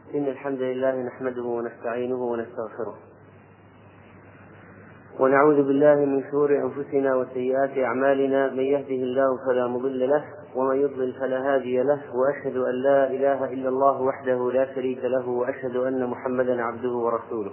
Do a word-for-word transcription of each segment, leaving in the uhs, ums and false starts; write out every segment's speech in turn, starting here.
إن الحمد لله نحمده ونستعينه ونستغفره ونعوذ بالله من شرور أنفسنا وسيئات أعمالنا. من يهده الله فلا مضل له ومن يضلل فلا هادي له، وأشهد أن لا إله إلا الله وحده لا شريك له، وأشهد أن محمدا عبده ورسوله.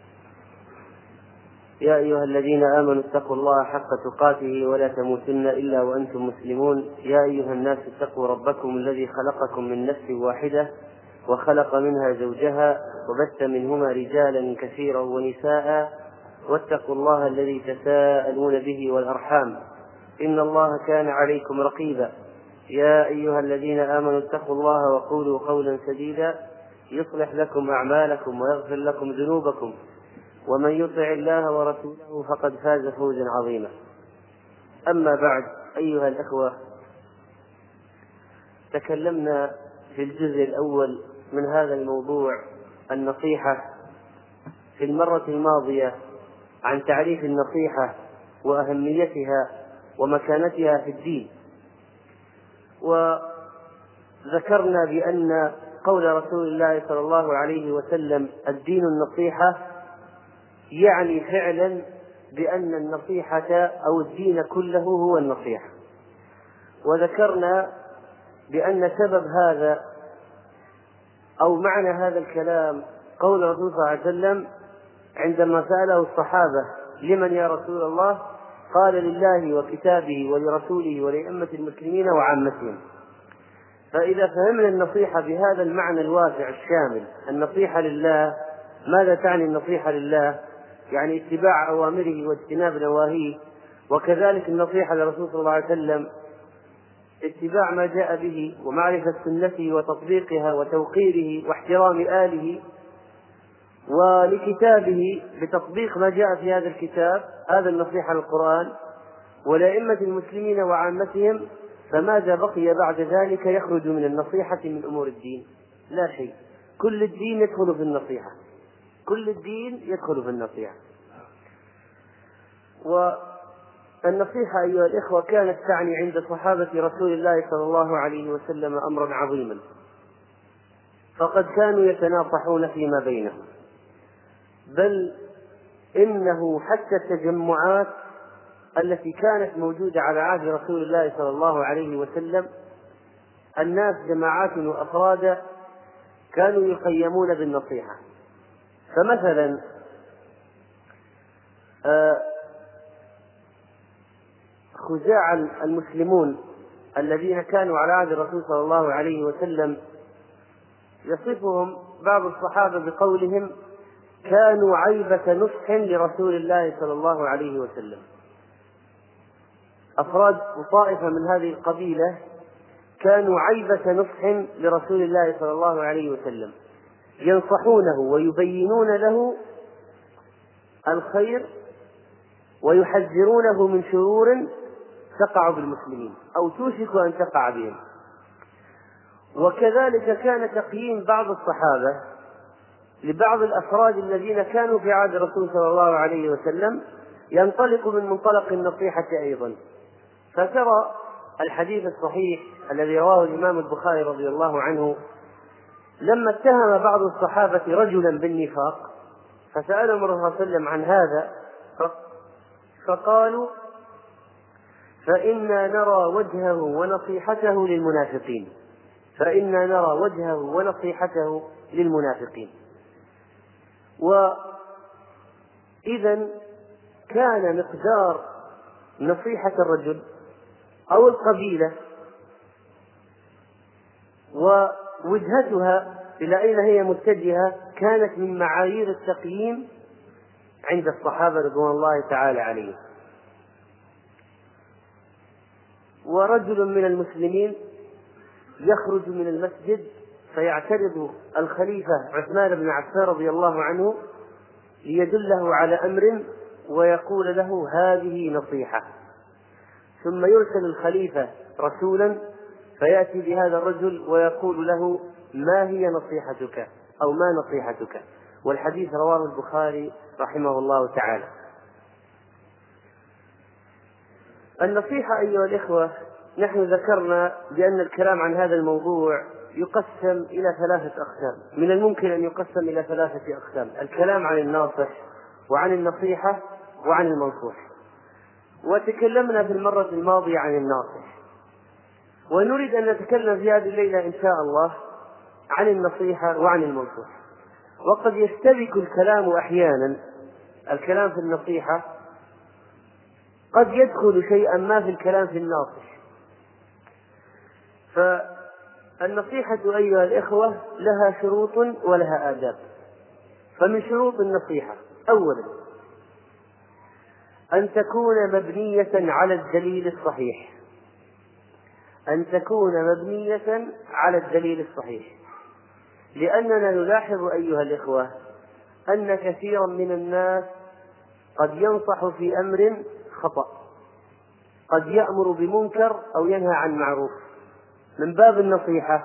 يا أيها الذين آمنوا اتقوا الله حق تقاته ولا تموتن إلا وأنتم مسلمون. يا أيها الناس اتقوا ربكم الذي خلقكم من نفس واحدة وخلق منها زوجها وبث منهما رجالا كثيرا ونساء، واتقوا الله الذي تساءلون به والأرحام إن الله كان عليكم رقيبا. يا أيها الذين آمنوا اتقوا الله وقولوا قولا سديدا يصلح لكم أعمالكم ويغفر لكم ذنوبكم، ومن يطع الله ورسوله فقد فاز فوزا عظيما. أما بعد، أيها الأخوة، تكلمنا في الجزء الأول من هذا الموضوع النصيحة في المرة الماضية عن تعريف النصيحة وأهميتها ومكانتها في الدين، وذكرنا بأن قول رسول الله صلى الله عليه وسلم الدين النصيحة يعني فعلا بأن النصيحة أو الدين كله هو النصيحة. وذكرنا بأن سبب هذا أو معنى هذا الكلام قول الرسول صلى الله عليه وسلم عندما سأله الصحابة لمن يا رسول الله؟ قال لله وكتابه ولرسوله ولأئمة المسلمين وعامتهم. فإذا فهمنا النصيحة بهذا المعنى الواسع الشامل، النصيحة لله، ماذا تعني النصيحة لله؟ يعني اتباع أوامره واجتناب نواهيه، وكذلك النصيحة للرسول صلى الله عليه وسلم اتباع ما جاء به ومعرفة سنته وتطبيقها وتوقيره واحترام آله، ولكتابه بتطبيق ما جاء في هذا الكتاب، هذا النصيحة للقرآن، ولأئمة المسلمين وعامتهم. فماذا بقي بعد ذلك يخرج من النصيحة من أمور الدين؟ لا شيء. كل الدين يدخل في النصيحة، كل الدين يدخل في النصيحة. والنصيحة أيها الإخوة كانت تعني عند صحابة رسول الله صلى الله عليه وسلم أمرا عظيما، فقد كانوا يتناصحون فيما بينهم، بل إنه حتى التجمعات التي كانت موجودة على عهد رسول الله صلى الله عليه وسلم، الناس جماعات وأفرادا كانوا يقيمون بالنصيحة. فمثلا خزاع المسلمون الذين كانوا على عهد الرسول صلى الله عليه وسلم يصفهم بعض الصحابة بقولهم كانوا عيبة نصح لرسول الله صلى الله عليه وسلم. أفراد وطائفة من هذه القبيلة كانوا عيبة نصح لرسول الله صلى الله عليه وسلم، ينصحونه ويبينون له الخير ويحذرونه من شرور تقع بالمسلمين أو توشك أن تقع بهم. وكذلك كان تقييم بعض الصحابة لبعض الأفراد الذين كانوا في عهد الرسول صلى الله عليه وسلم ينطلق من منطلق النصيحة أيضا. فترى الحديث الصحيح الذي رواه الإمام البخاري رضي الله عنه لما اتهم بعض الصحابة رجلا بالنفاق فسألهم الرسول صلى الله عليه وسلم عن هذا، فقالوا فإنا نرى وجهه ونصيحته للمنافقين، فإنا نرى وجهه ونصيحته للمنافقين. وإذا كان مقدار نصيحة الرجل أو القبيلة ووجهتها إلى أين هي متجهة كانت من معايير التقييم عند الصحابة رضوان الله تعالى عليهم. ورجل من المسلمين يخرج من المسجد فيعترض الخليفة عثمان بن عفان رضي الله عنه ليدله على أمر ويقول له هذه نصيحة، ثم يرسل الخليفة رسولا فيأتي بهذا الرجل ويقول له ما هي نصيحتك أو ما نصيحتك. والحديث رواه البخاري رحمه الله تعالى. النصيحة أيها الإخوة، نحن ذكرنا بأن الكلام عن هذا الموضوع يقسم إلى ثلاثة أقسام، من الممكن أن يقسم إلى ثلاثة أقسام: الكلام عن الناصح، وعن النصيحة، وعن المنصوح. وتكلمنا في المرة الماضية عن الناصح، ونريد أن نتكلم في هذه الليلة إن شاء الله عن النصيحة وعن المنصوح. وقد يشتبك الكلام أحيانا، الكلام في النصيحة قد يدخل شيئا ما في الكلام في الناصح. فالنصيحة أيها الإخوة لها شروط ولها آداب. فمن شروط النصيحة: أولا أن تكون مبنية على الدليل الصحيح، أن تكون مبنية على الدليل الصحيح، لأننا نلاحظ أيها الإخوة أن كثيرا من الناس قد ينصح في أمر خطأ، قد يأمر بمنكر أو ينهى عن معروف من باب النصيحة،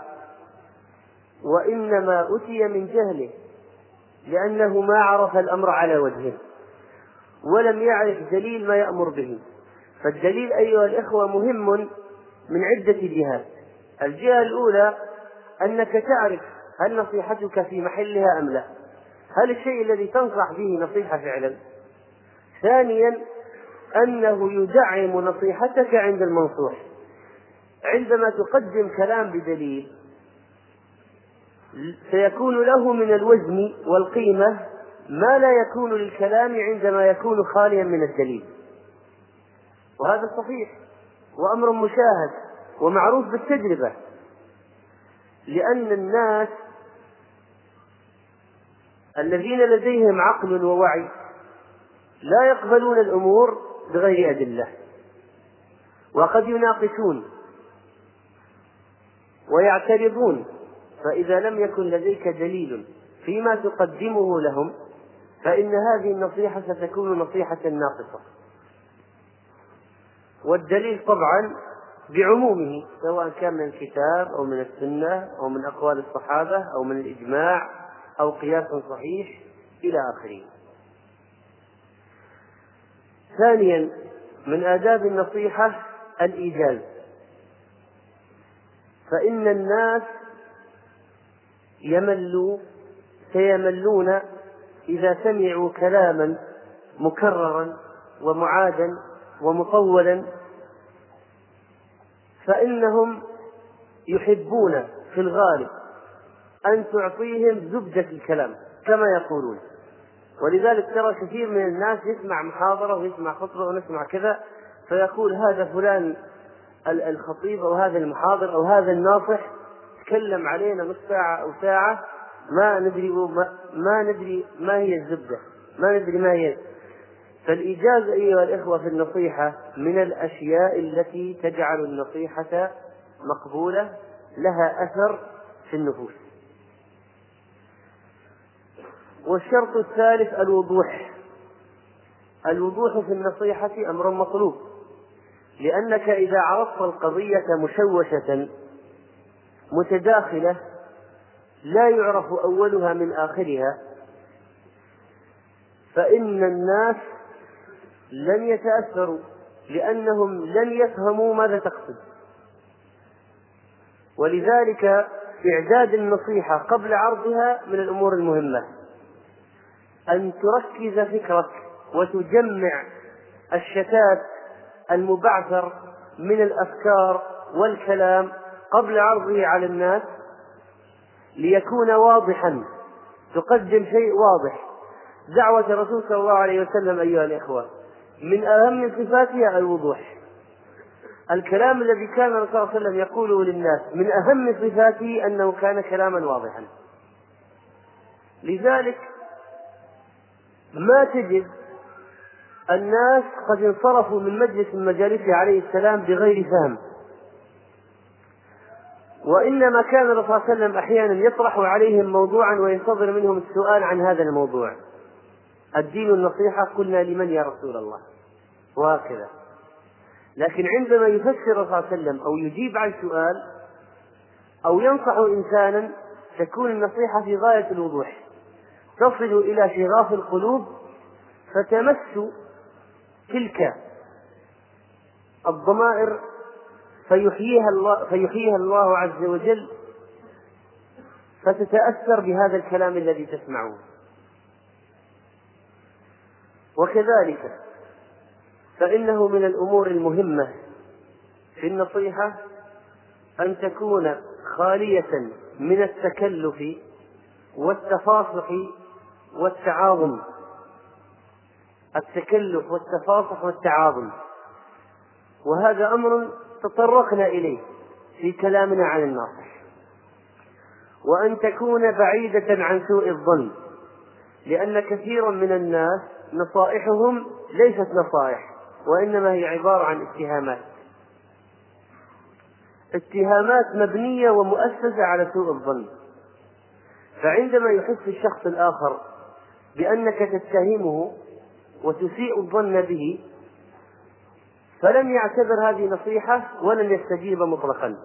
وإنما أتي من جهله، لأنه ما عرف الأمر على وجهه ولم يعرف دليل ما يأمر به. فالدليل أيها الإخوة مهم من عدة جهات. الجهة الأولى أنك تعرف هل نصيحتك في محلها أم لا، هل الشيء الذي تنصح به نصيحة فعلا. ثانيا أنه يدعم نصيحتك عند المنصوح. عندما تقدم كلام بدليل سيكون له من الوزن والقيمة ما لا يكون للكلام عندما يكون خاليا من الدليل، وهذا صحيح وأمر مشاهد ومعروف بالتجربة، لأن الناس الذين لديهم عقل ووعي لا يقبلون الأمور بغير أدلة، وقد يناقشون ويعترضون، فإذا لم يكن لديك دليل فيما تقدمه لهم فإن هذه النصيحة ستكون نصيحة ناقصة. والدليل طبعا بعمومه، سواء كان من الكتاب أو من السنة أو من أقوال الصحابة أو من الإجماع أو قياس صحيح إلى آخره. ثانيا من آداب النصيحة الإيجاز، فإن الناس يملوا سيملون إذا سمعوا كلاما مكررا ومعادا ومطولا، فإنهم يحبون في الغالب أن تعطيهم زبدة الكلام كما يقولون. ولذلك ترى كثير من الناس يسمع محاضرة ويسمع خطبة ونسمع كذا فيقول هذا فلان الخطيب أو هذا المحاضر أو هذا الناصح تكلم علينا نص ساعة أو ساعة ما ندري ما, ما ندري ما هي الزبدة، ما ندري ما هي. فالإيجاز أيها الإخوة في النصيحة من الأشياء التي تجعل النصيحة مقبولة لها أثر في النفوس. والشرط الثالث الوضوح. الوضوح في النصيحة أمر مطلوب، لأنك إذا عرضت القضية مشوشة متداخلة لا يعرف أولها من آخرها فإن الناس لن يتأثروا، لأنهم لن يفهموا ماذا تقصد. ولذلك إعداد النصيحة قبل عرضها من الأمور المهمة، أن تركز فكرك وتجمع الشتات المبعثر من الأفكار والكلام قبل عرضه على الناس ليكون واضحا، تقدم شيء واضح. دعوة الرسول صلى الله عليه وسلم أيها الإخوة من أهم صفاتها الوضوح. الكلام الذي كان الرسول صلى الله عليه وسلم يقوله للناس من أهم صفاته أنه كان كلاما واضحا. لذلك ما تجد الناس قد انصرفوا من مجلس مجالسه عليه السلام بغير فهم، وإنما كان الرسول صلى الله عليه وسلم أحيانا يطرح عليهم موضوعا وينتظر منهم السؤال عن هذا الموضوع. الدين النصيحة، قلنا لمن يا رسول الله، وهكذا. لكن عندما يفسر الرسول صلى الله عليه وسلم أو يجيب عن سؤال أو ينصح إنسانا تكون النصيحة في غاية الوضوح، تصل إلى شغاف القلوب فتمس تلك الضمائر فيحييها الله, فيحييها الله عز وجل فتتأثر بهذا الكلام الذي تسمعه. وكذلك فإنه من الأمور المهمة في النصيحة أن تكون خالية من التكلف والتفاصح والتعاظم. التكلف والتفاصح والتعاظم، وهذا أمر تطرقنا إليه في كلامنا عن الناصح. وأن تكون بعيدة عن سوء الظن، لأن كثيرا من الناس نصائحهم ليست نصائح، وإنما هي عبارة عن اتهامات اتهامات مبنية ومؤسسة على سوء الظن. فعندما يحس الشخص الآخر بأنك تتهمه وتسيء الظن به، فلن يعتبر هذه نصيحة ولن يستجيب مطلقا.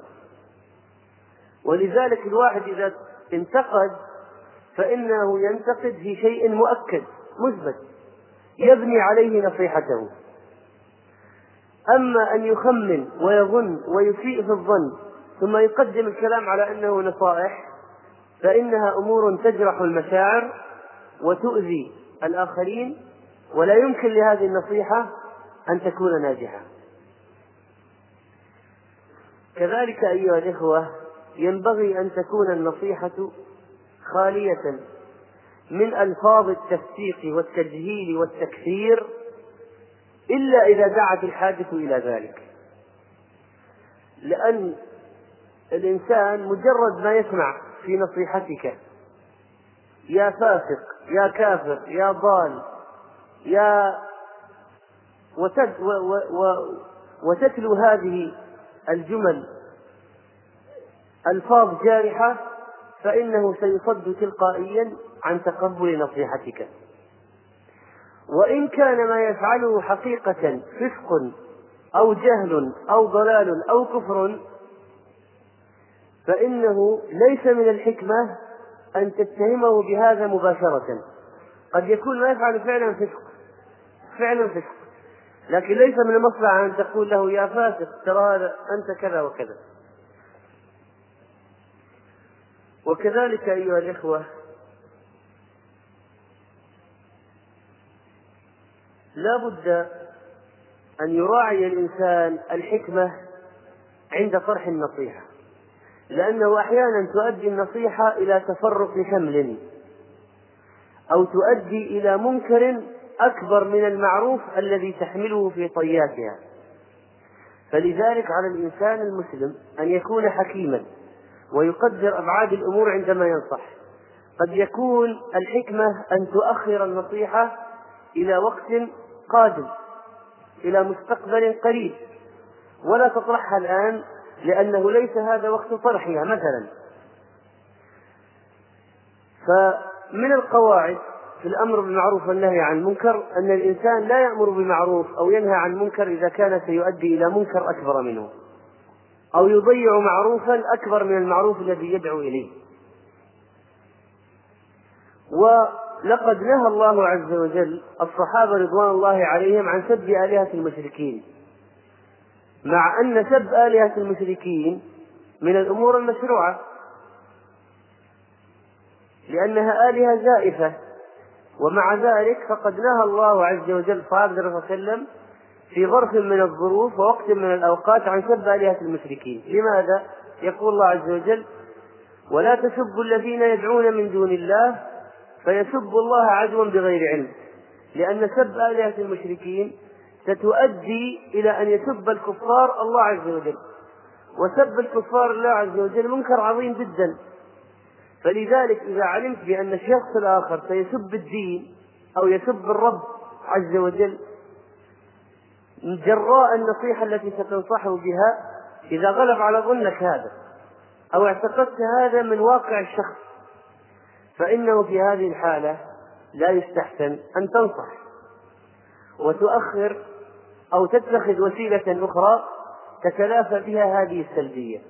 ولذلك الواحد إذا انتقد فإنه ينتقد في شيء مؤكد مثبت يبني عليه نصيحته. أما أن يخمن ويظن ويسيء في الظن ثم يقدم الكلام على أنه نصائح، فإنها أمور تجرح المشاعر وتؤذي الآخرين، ولا يمكن لهذه النصيحة أن تكون ناجحة. كذلك أيها الإخوة ينبغي أن تكون النصيحة خالية من ألفاظ التفسيق والتجهيل والتكفير إلا إذا دعت الحاجة إلى ذلك. لأن الإنسان مجرد ما يسمع في نصيحتك يا فاسق يا كافر يا ضال يا وتد و و و وتتلو هذه الجمل ألفاظ جارحة، فإنه سيصد تلقائيا عن تقبل نصيحتك. وإن كان ما يفعله حقيقة فسق أو جهل أو ضلال أو كفر، فإنه ليس من الحكمة أن تتهمه بهذا مباشرة. قد يكون ما يفعل فعلا فسق فعلا فسق لكن ليس من المصلحة أن تقول له يا فاسق ترى هذا أنت كذا وكذا. وكذلك أيها الإخوة لا بد أن يراعي الإنسان الحكمة عند طرح النصيحة، لأنه أحيانا تؤدي النصيحة إلى تفرق شمل أو تؤدي إلى منكر أكبر من المعروف الذي تحمله في طياتها. فلذلك على الإنسان المسلم أن يكون حكيما ويقدر أبعاد الأمور عندما ينصح. قد يكون الحكمة أن تؤخر النصيحة إلى وقت قادم، إلى مستقبل قريب، ولا تطرحها الآن لأنه ليس هذا وقت طرحها مثلا. فمن القواعد في الأمر بالمعروف والنهي عن المنكر أن الإنسان لا يأمر بالمعروف أو ينهى عن منكر إذا كان سيؤدي إلى منكر أكبر منه أو يضيع معروفا أكبر من المعروف الذي يدعو إليه. ولقد نهى الله عز وجل الصحابة رضوان الله عليهم عن سب آلهة المشركين، مع أن سب آلهة المشركين من الأمور المشروعة لأنها آلهة زائفة، ومع ذلك فقد نهى الله عز وجل صحابة الرسول صلى الله عليه وسلم في ظرف من الظروف ووقت من الأوقات عن سب آلهة المشركين. لماذا؟ يقول الله عز وجل ولا تسبوا الذين يدعون من دون الله فيسبوا الله عدوا بغير علم، لأن سب آلهة المشركين ستؤدي إلى أن يسب الكفار الله عز وجل، وسب الكفار الله عز وجل منكر عظيم جدا. فلذلك إذا علمت بأن الشخص الآخر سيسب الدين أو يسب الرب عز وجل جراء النصيحة التي ستنصحه بها، إذا غلب على ظنك هذا أو اعتقدت هذا من واقع الشخص، فإنه في هذه الحالة لا يستحسن أن تنصح وتؤخر أو تتخذ وسيلة أخرى تتلافى بها هذه السلبية.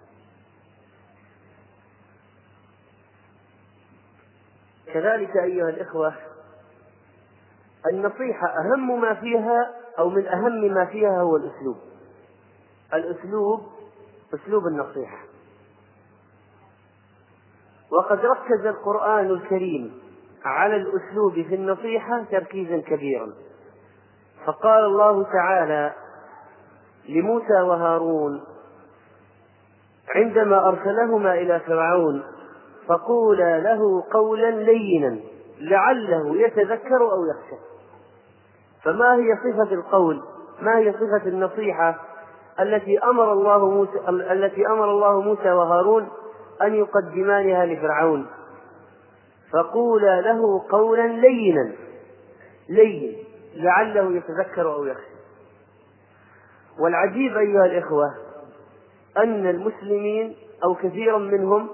كذلك أيها الإخوة النصيحة أهم ما فيها أو من أهم ما فيها هو الأسلوب. الأسلوب أسلوب النصيحة. وقد ركز القرآن الكريم على الأسلوب في النصيحة تركيزا كبيرا، فقال الله تعالى لموسى وهارون عندما أرسلهما إلى فرعون: فقولا له قولا لينا لعله يتذكر أو يخشى. فما هي صفة القول؟ ما هي صفة النصيحة التي أمر الله موسى التي أمر الله موسى وهارون أن يقدمانها لفرعون؟ فقولا له قولا لينا لين لعله يتذكر أو يخشى. والعجيب أيها الإخوة أن المسلمين أو كثيرا منهم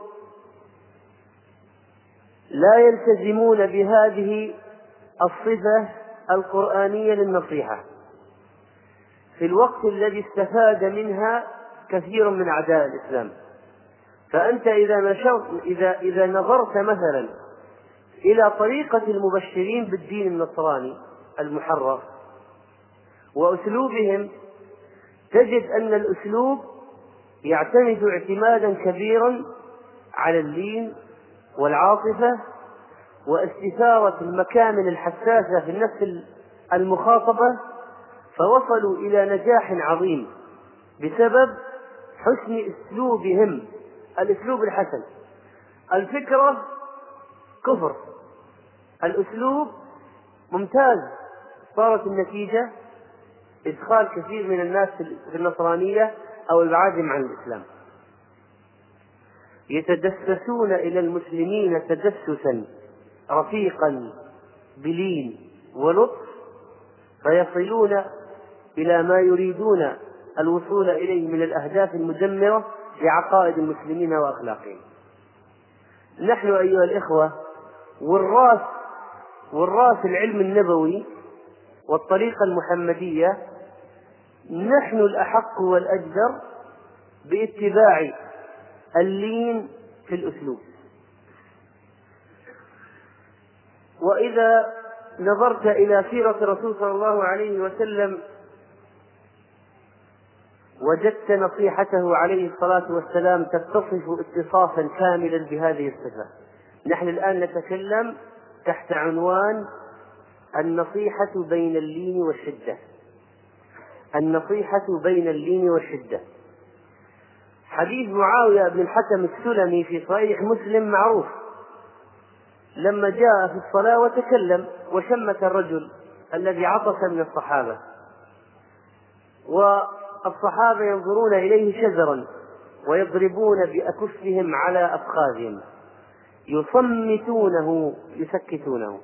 لا يلتزمون بهذه الصفة القرآنية للنصيحة في الوقت الذي استفاد منها كثير من أعداء الإسلام. فأنت إذا نشرت إذا إذا نظرت مثلا إلى طريقة المبشرين بالدين النصراني المحرف وأسلوبهم، تجد أن الأسلوب يعتمد اعتمادا كبيرا على اللين والعاطفة واستثارة المكامن الحساسة في النفس المخاطبة، فوصلوا إلى نجاح عظيم بسبب حسن أسلوبهم، الأسلوب الحسن. الفكرة كفر، الأسلوب ممتاز، صارت النتيجة إدخال كثير من الناس في النصرانية أو إبعادهم عن الإسلام. يتدسسون إلى المسلمين تدسسا رفيقا بلين ولطف، فيصلون إلى ما يريدون الوصول إليه من الأهداف المدمرة لعقائد المسلمين وأخلاقهم. نحن أيها الإخوة والراس والراس العلم النبوي والطريقة المحمدية، نحن الأحق والأجدر باتباع اللين في الأسلوب. وإذا نظرت إلى سيرة الرسول صلى الله عليه وسلم وجدت نصيحته عليه الصلاة والسلام تتصف اتصافا كاملا بهذه الصفة. نحن الآن نتكلم تحت عنوان النصيحة بين اللين والشدة. النصيحة بين اللين والشدة. حديث معاوية بن الحكم السلمي في صحيح مسلم معروف، لما جاء في الصلاة وتكلم وشمت الرجل الذي عطس من الصحابة، والصحابة ينظرون إليه شزرا ويضربون بأكفهم على أفخاذهم، يصمتونه يسكتونه.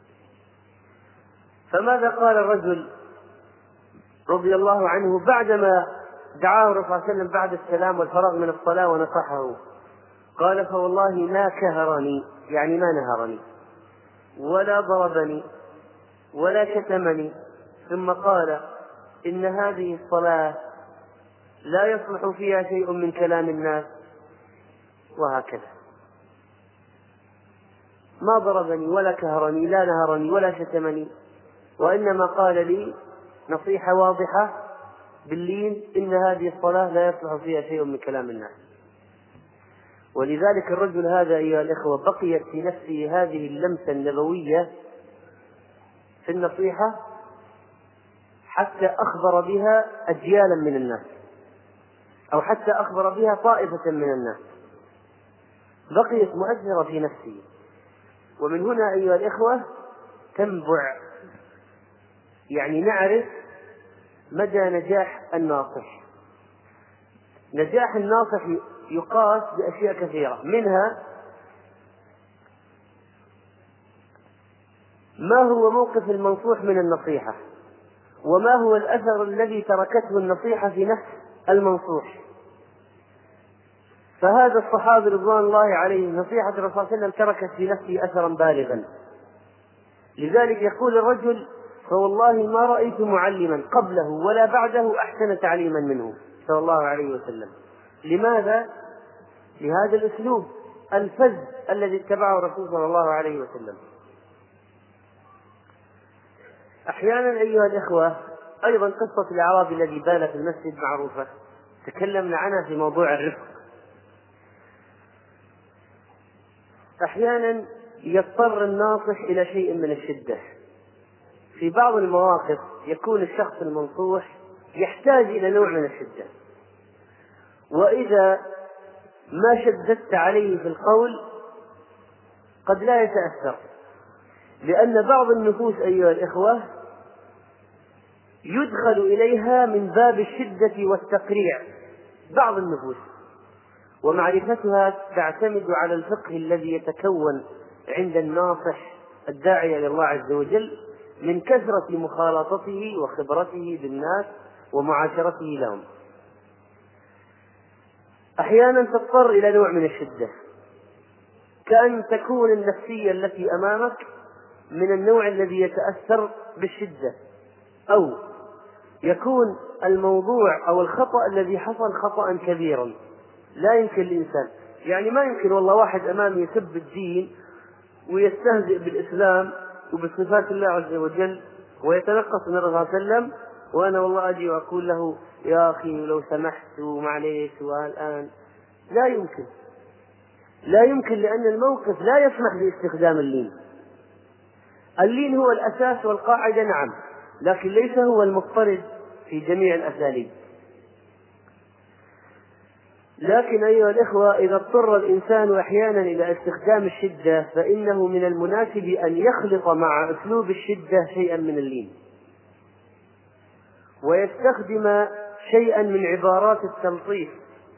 فماذا قال الرجل رضي الله عنه بعدما دعاه الرسول صلى الله عليه وسلم بعد السلام والفراغ من الصلاة ونصحه؟ قال: فوالله ما كهرني، يعني ما نهرني ولا ضربني ولا شتمني، ثم قال: إن هذه الصلاة لا يصلح فيها شيء من كلام الناس. وهكذا، ما ضربني ولا كهرني، لا نهرني ولا شتمني، وإنما قال لي نصيحة واضحة باللين: إن هذه الصلاة لا يصلح فيها شيء من كلام الناس. ولذلك الرجل هذا أيها الإخوة بقيت في نفسه هذه اللمسة النبوية في النصيحة حتى أخبر بها أجيالا من الناس، أو حتى أخبر بها طائفة من الناس، بقيت مؤثرة في نفسه. ومن هنا أيها الإخوة تنبع، يعني نعرف مدى نجاح الناصح. نجاح الناصح يقاس بأشياء كثيرة، منها ما هو موقف المنصوح من النصيحة، وما هو الأثر الذي تركته النصيحة في نفس المنصوح. فهذا الصحابي رضوان الله عليه نصيحة الرسول صلى الله عليه وسلم تركت في نفسه أثرا بالغا، لذلك يقول الرجل: فوالله ما رأيت معلما قبله ولا بعده أحسن تعليما منه صلى الله عليه وسلم. لماذا؟ لهذا الأسلوب الفذ الذي اتبعه الرسول صلى الله عليه وسلم. أحيانا أيها الإخوة أيضا قصة الأعرابي الذي بال في المسجد معروفة، تكلمنا عنها في موضوع الرفق. أحيانا يضطر الناصح إلى شيء من الشدة. في بعض المواقف يكون الشخص المنصوح يحتاج إلى نوع من الشدة، وإذا ما شددت عليه في القول قد لا يتأثر، لأن بعض النفوس أيها الإخوة يدخل إليها من باب الشدة والتقريع، بعض النفوس، ومعرفتها تعتمد على الفقه الذي يتكون عند الناصح الداعي إلى الله عز وجل من كثرة مخالطته وخبرته بالناس ومعاشرته لهم. أحيانا تضطر إلى نوع من الشدة، كأن تكون النفسية التي أمامك من النوع الذي يتأثر بالشدة، أو يكون الموضوع أو الخطأ الذي حصل خطأ كبيرا لا يمكن الإنسان، يعني ما يمكن والله واحد أمامي يسب الدين ويستهزئ بالإسلام وبصفات الله عز وجل ويتنقص من الرسول صلى الله عليه وسلم، وأنا والله أجي وأقول له يا أخي لو سمحت ومعليش والآن، لا يمكن لا يمكن لأن الموقف لا يسمح باستخدام اللين. اللين هو الأساس والقاعدة نعم، لكن ليس هو المضطرد في جميع الأساليب. لكن أيها الإخوة إذا اضطر الإنسان أحيانا إلى استخدام الشدة فإنه من المناسب أن يخلط مع أسلوب الشدة شيئا من اللين، ويستخدم شيئا من عبارات التلطيف.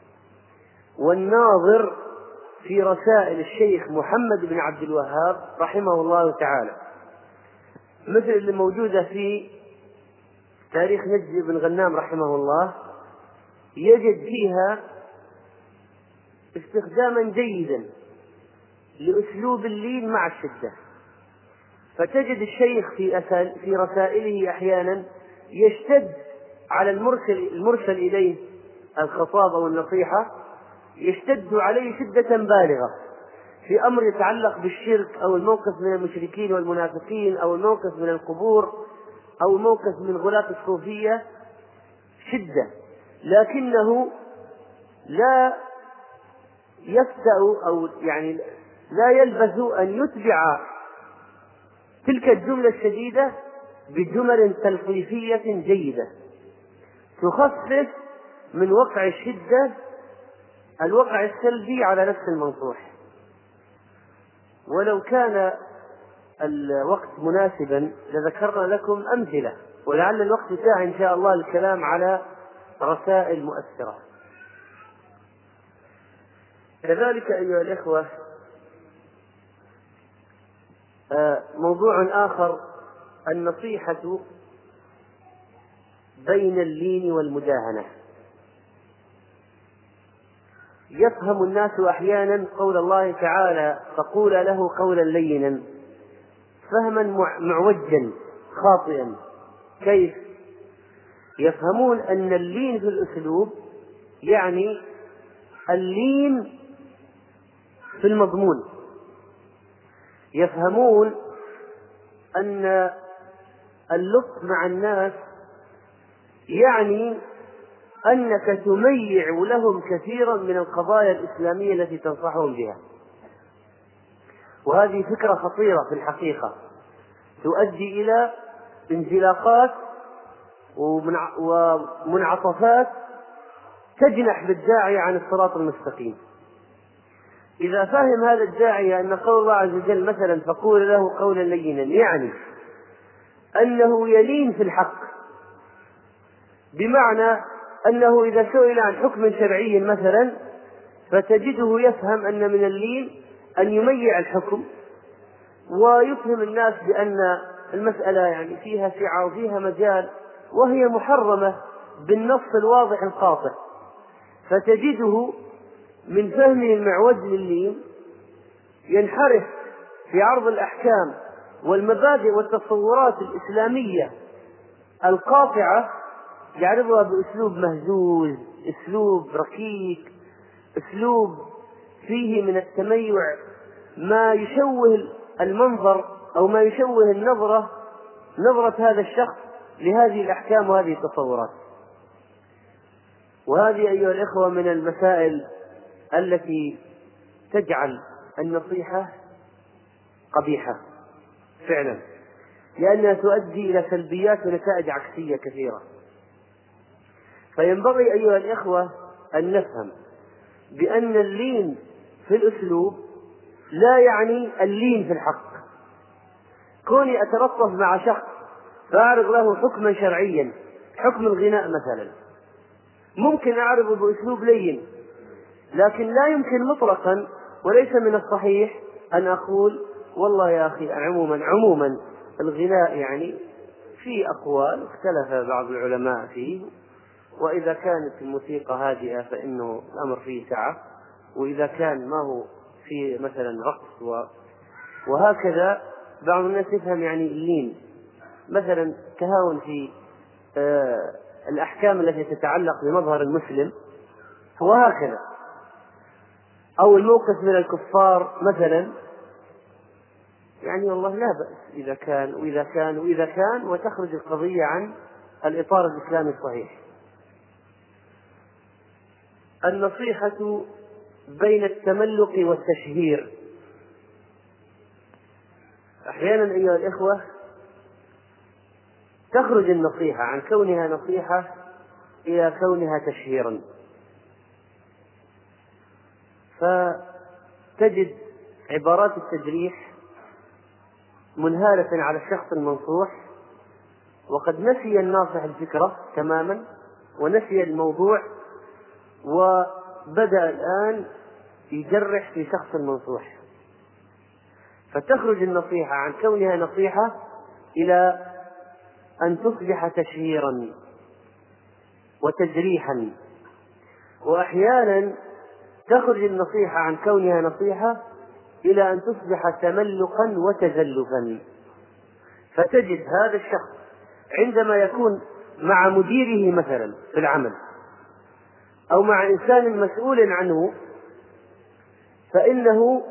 والناظر في رسائل الشيخ محمد بن عبد الوهاب رحمه الله تعالى مثل اللي موجودة في تاريخ نجد بن غنام رحمه الله يجد فيها استخداما جيدا لأسلوب اللين مع الشدة. فتجد الشيخ في, في رسائله أحيانا يشتد على المرسل, المرسل إليه الخطاب أو النصيحة، يشتد عليه شدة بالغة في أمر يتعلق بالشرك أو الموقف من المشركين والمنافقين أو الموقف من القبور أو الموقف من غلاة الصوفية، شدة، لكنه لا يفتأ أو يعني لا يلبث أن يتبع تلك الجملة الشديدة بجمل تلطيفية جيدة تخفف من وقع الشدة الوقع السلبي على نفس المنصوح. ولو كان الوقت مناسبا لذكرنا لكم أمثلة، ولعل الوقت ساعة إن شاء الله الكلام على رسائل مؤثرة. كذلك أيها الإخوة موضوع آخر النصيحة بين اللين والمداهنة. يفهم الناس أحيانا قول الله تعالى فقول له قولا لينا فهما معوجا خاطئا. كيف؟ يفهمون أن اللين في الأسلوب يعني اللين في المضمون، يفهمون أن اللطف مع الناس يعني أنك تميع لهم كثيرا من القضايا الإسلامية التي تنصحهم بها. وهذه فكرة خطيرة في الحقيقة تؤدي إلى انزلاقات ومنعطفات تجنح بالداعي عن الصراط المستقيم. إذا فهم هذا الداعي أن قول الله عز وجل مثلا فقول له قولا لينا يعني أنه يلين في الحق، بمعنى أنه إذا سئل عن حكم شرعي مثلا فتجده يفهم أن من اللين أن يميع الحكم ويفهم الناس بأن المسألة يعني فيها سعة وفيها مجال وهي محرمة بالنص الواضح القاطع، فتجده من فهمه المعوج لللين ينحرف في عرض الأحكام والمبادئ والتصورات الإسلامية القاطعة، يعرضها بأسلوب مهزوز، أسلوب ركيك، أسلوب فيه من التميع ما يشوه المنظر أو ما يشوه النظرة نظرة هذا الشخص لهذه الأحكام وهذه التصورات. وهذه أيها الإخوة من المسائل التي تجعل النصيحة قبيحة فعلا، لأنها تؤدي إلى سلبيات ونتائج عكسية كثيرة. فينبغي أيها الإخوة أن نفهم بأن اللين في الأسلوب لا يعني اللين في الحق. كوني أتلطف مع شخص فأعرض له حكما شرعيا، حكم الغناء مثلا، ممكن أعرضه بأسلوب لين، لكن لا يمكن مطلقا وليس من الصحيح أن أقول والله يا أخي عموما عموما الغناء يعني في أقوال اختلف بعض العلماء فيه، وإذا كانت الموسيقى هادئة فإنه الأمر فيه سعة، وإذا كان ما هو في مثلا رقص و... وهكذا. بعض الناس يفهم يعني اللين مثلا تهاون في آه الأحكام التي تتعلق بمظهر المسلم وهكذا، أو الموقف من الكفار مثلا، يعني والله لا بأس إذا كان وإذا كان وإذا كان وتخرج القضية عن الإطار الإسلامي الصحيح. النصيحة بين التملق والتشهير. أحيانا أيها الإخوة تخرج النصيحة عن كونها نصيحة إلى كونها تشهيرا، فتجد عبارات التجريح منهالة على الشخص المنصوح، وقد نسي الناصح الفكرة تماما ونسي الموضوع، وبدأ الآن يجرح في شخص المنصوح، فتخرج النصيحة عن كونها نصيحة إلى أن تصبح تشهيرا وتجريحا. وأحيانا تخرج النصيحة عن كونها نصيحة إلى أن تصبح تملقا وتزلفا. فتجد هذا الشخص عندما يكون مع مديره مثلا في العمل أو مع إنسان مسؤول عنه، فإنه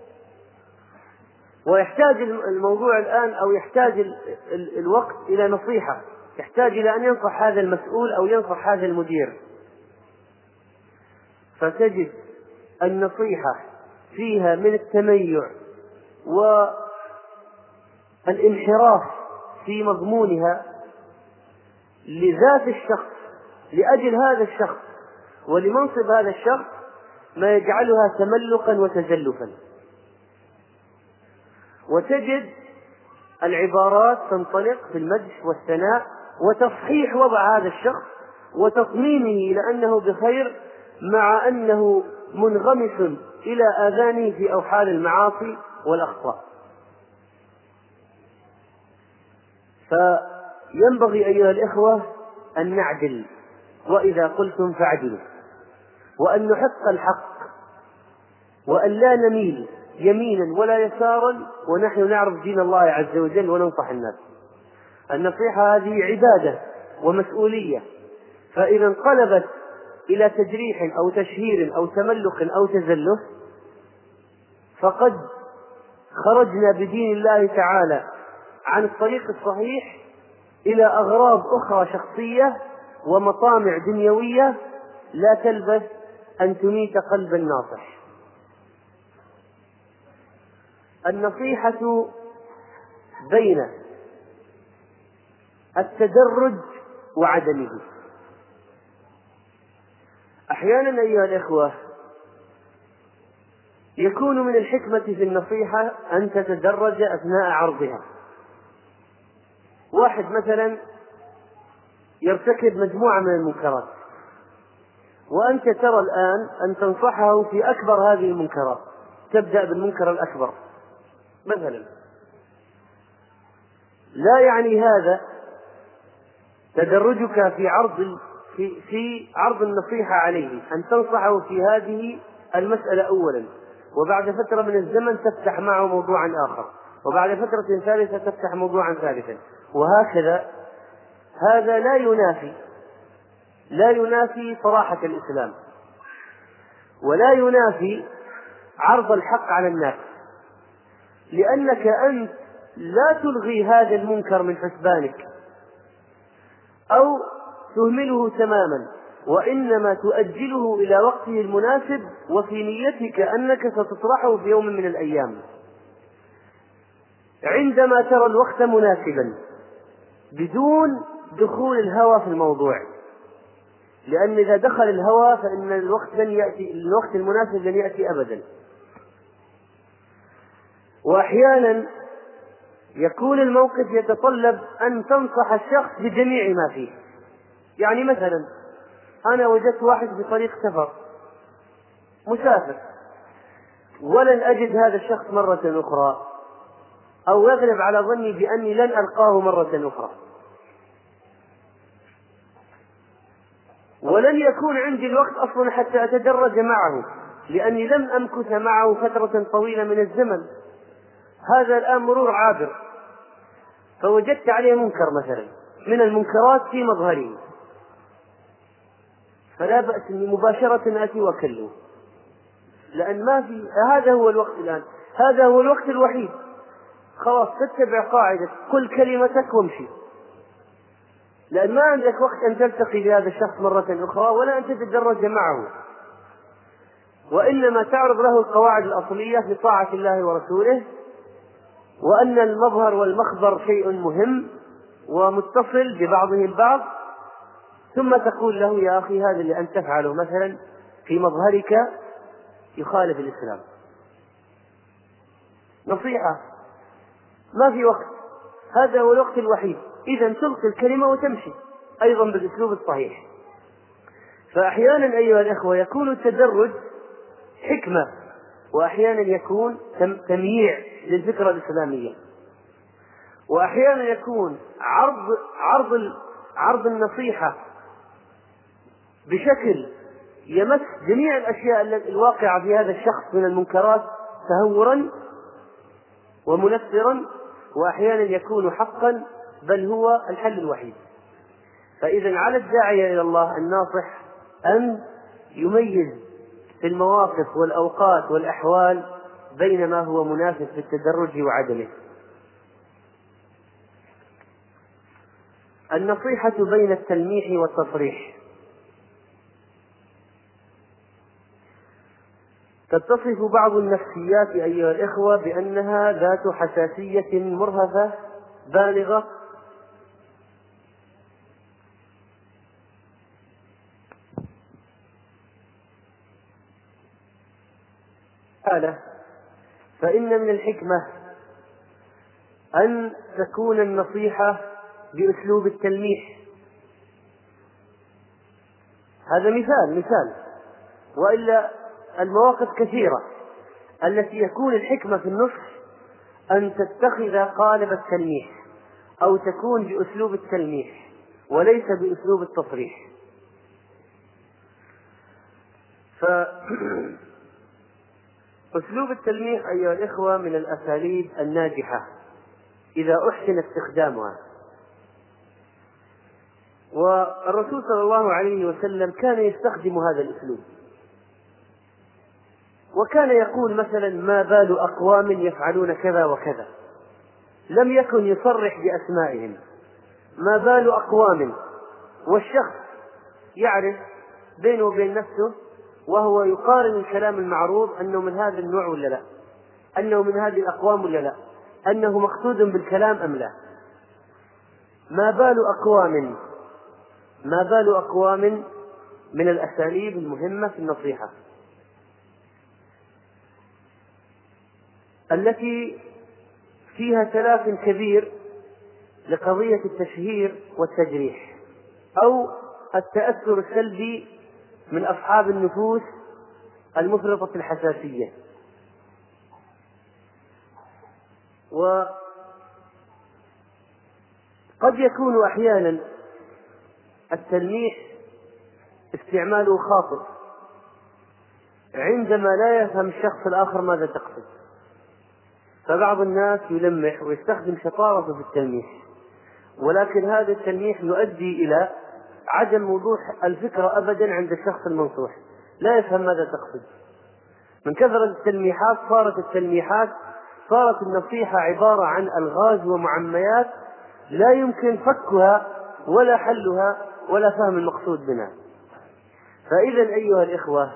ويحتاج الموضوع الآن أو يحتاج الوقت إلى نصيحة، يحتاج إلى أن ينصح هذا المسؤول أو ينصح هذا المدير، فتجد النصيحة فيها من التميع والانحراف في مضمونها لذات الشخص، لأجل هذا الشخص ولمنصب هذا الشخص، ما يجعلها تملقا وتزلفا. وتجد العبارات تنطلق في المدح والثناء وتصحيح وضع هذا الشخص وتطمينه إلى أنه بخير، مع أنه منغمس إلى آذانه في أوحال المعاصي والأخطاء. فينبغي أيها الإخوة أن نعدل، وإذا قلتم فاعدلوا، وأن نحق الحق، وأن لا نميل يمينا ولا يسارا ونحن نعرف دين الله عز وجل وننصح الناس. النصيحة هذه عبادة ومسؤولية، فإذا انقلبت إلى تجريح أو تشهير أو تملق أو تزلف فقد خرجنا بدين الله تعالى عن الطريق الصحيح إلى أغراض أخرى شخصية ومطامع دنيوية لا تلبث أن تميت قلب الناصح. النصيحة بين التدرج وعدمه. أحيانا أيها الإخوة يكون من الحكمة في النصيحة أن تتدرج أثناء عرضها. واحد مثلا يرتكب مجموعة من المنكرات، وأنت ترى الآن أن تنصحه في أكبر هذه المنكرات، تبدأ بالمنكر الأكبر مثلا. لا يعني هذا تدرجك في عرض في, في عرض النصيحة عليه أن تنصحه في هذه المسألة أولا، وبعد فترة من الزمن تفتح معه موضوعا آخر، وبعد فترة ثالثة تفتح موضوعا ثالثا، وهكذا. هذا لا ينافي لا ينافي صراحة الإسلام، ولا ينافي عرض الحق على الناس، لأنك أنت لا تلغي هذا المنكر من حسبانك أو تهمله تماما، وإنما تؤجله إلى وقته المناسب وفي نيتك أنك ستطرحه في يوم من الأيام عندما ترى الوقت مناسبا بدون دخول الهوى في الموضوع، لأن إذا دخل الهوى فإن الوقت لن يأتي، الوقت المناسب لن يأتي أبدا. وأحيانا يكون الموقف يتطلب أن تنصح الشخص بجميع ما فيه. يعني مثلا أنا وجدت واحد في طريق سفر مسافر ولن أجد هذا الشخص مرة أخرى، أو يغلب على ظني بأني لن ألقاه مرة أخرى، ولن يكون عندي الوقت أصلا حتى أتدرج معه لأني لم أمكث معه فترة طويلة من الزمن. هذا الآن مرور عابر، فوجدت عليه منكر مثلا من المنكرات في مظهره، فلا بأس أني مباشرة آتي وأكلمه، لأن ما في، هذا هو الوقت الآن، هذا هو الوقت الوحيد. خلاص تتبع قاعدة كل كلمتك وامشي، لأن ما عندك وقت أن تلتقي بهذا الشخص مرة أخرى ولا أن تتدرج معه، وإنما تعرض له القواعد الأصلية في طاعة الله ورسوله، وأن المظهر والمخبر شيء مهم ومتصل ببعضه البعض، ثم تقول له يا أخي هذا اللي أنت تفعله مثلا في مظهرك يخالف الإسلام، نصيحة، ما في وقت، هذا هو الوقت الوحيد، إذا تلقي الكلمة وتمشي أيضا بالأسلوب الصحيح. فأحيانا أيها الأخوة يكون التدرج حكمة، وأحيانا يكون تمييع للفكرة الإسلامية، وأحيانا يكون عرض عرض عرض النصيحة بشكل يمس جميع الأشياء الواقعة في هذا الشخص من المنكرات تهورا ومنفرا، وأحيانا يكون حقا بل هو الحل الوحيد. فإذا على الداعية إلى الله الناصح أن يميز في المواقف والأوقات والأحوال بين ما هو مناسب في التدرج وعدمه. النصيحة بين التلميح والتصريح. تتصف بعض النفسيات أيها الإخوة بأنها ذات حساسية مرهفة بالغة فإن من الحكمة أن تكون النصيحة بأسلوب التلميح. هذا مثال مثال وإلا المواقف كثيرة التي يكون الحكمة في النصح أن تتخذ قالب التلميح أو تكون بأسلوب التلميح وليس بأسلوب التصريح. فأسلوب التلميح أيها الإخوة من الأساليب الناجحة إذا أحسن استخدامها، والرسول صلى الله عليه وسلم كان يستخدم هذا الأسلوب، وكان يقول مثلا ما بال أقوام يفعلون كذا وكذا، لم يكن يصرح بأسمائهم، ما بال أقوام، والشخص يعرف بينه وبين نفسه وهو يقارن الكلام المعروض أنه من هذا النوع ولا لا، أنه من هذه الأقوام ولا لا، أنه مقصود بالكلام أم لا. ما بال أقوام، ما بال أقوام من الأساليب المهمة في النصيحة التي فيها تلاف كبير لقضية التشهير والتجريح أو التأثر السلبي من أصحاب النفوس المفرطة الحساسية. وقد يكون أحيانا التلميح استعماله خاطئ عندما لا يفهم الشخص الآخر ماذا تقصد، فبعض الناس يلمح ويستخدم شطارته في التلميح، ولكن هذا التلميح يؤدي إلى عدم وضوح الفكرة أبدا عند الشخص المنصوح، لا يفهم ماذا تقصد. من كثرة التلميحات صارت التلميحات صارت النصيحة عبارة عن ألغاز ومعميات لا يمكن فكها ولا حلها ولا فهم المقصود منها. فإذا أيها الإخوة،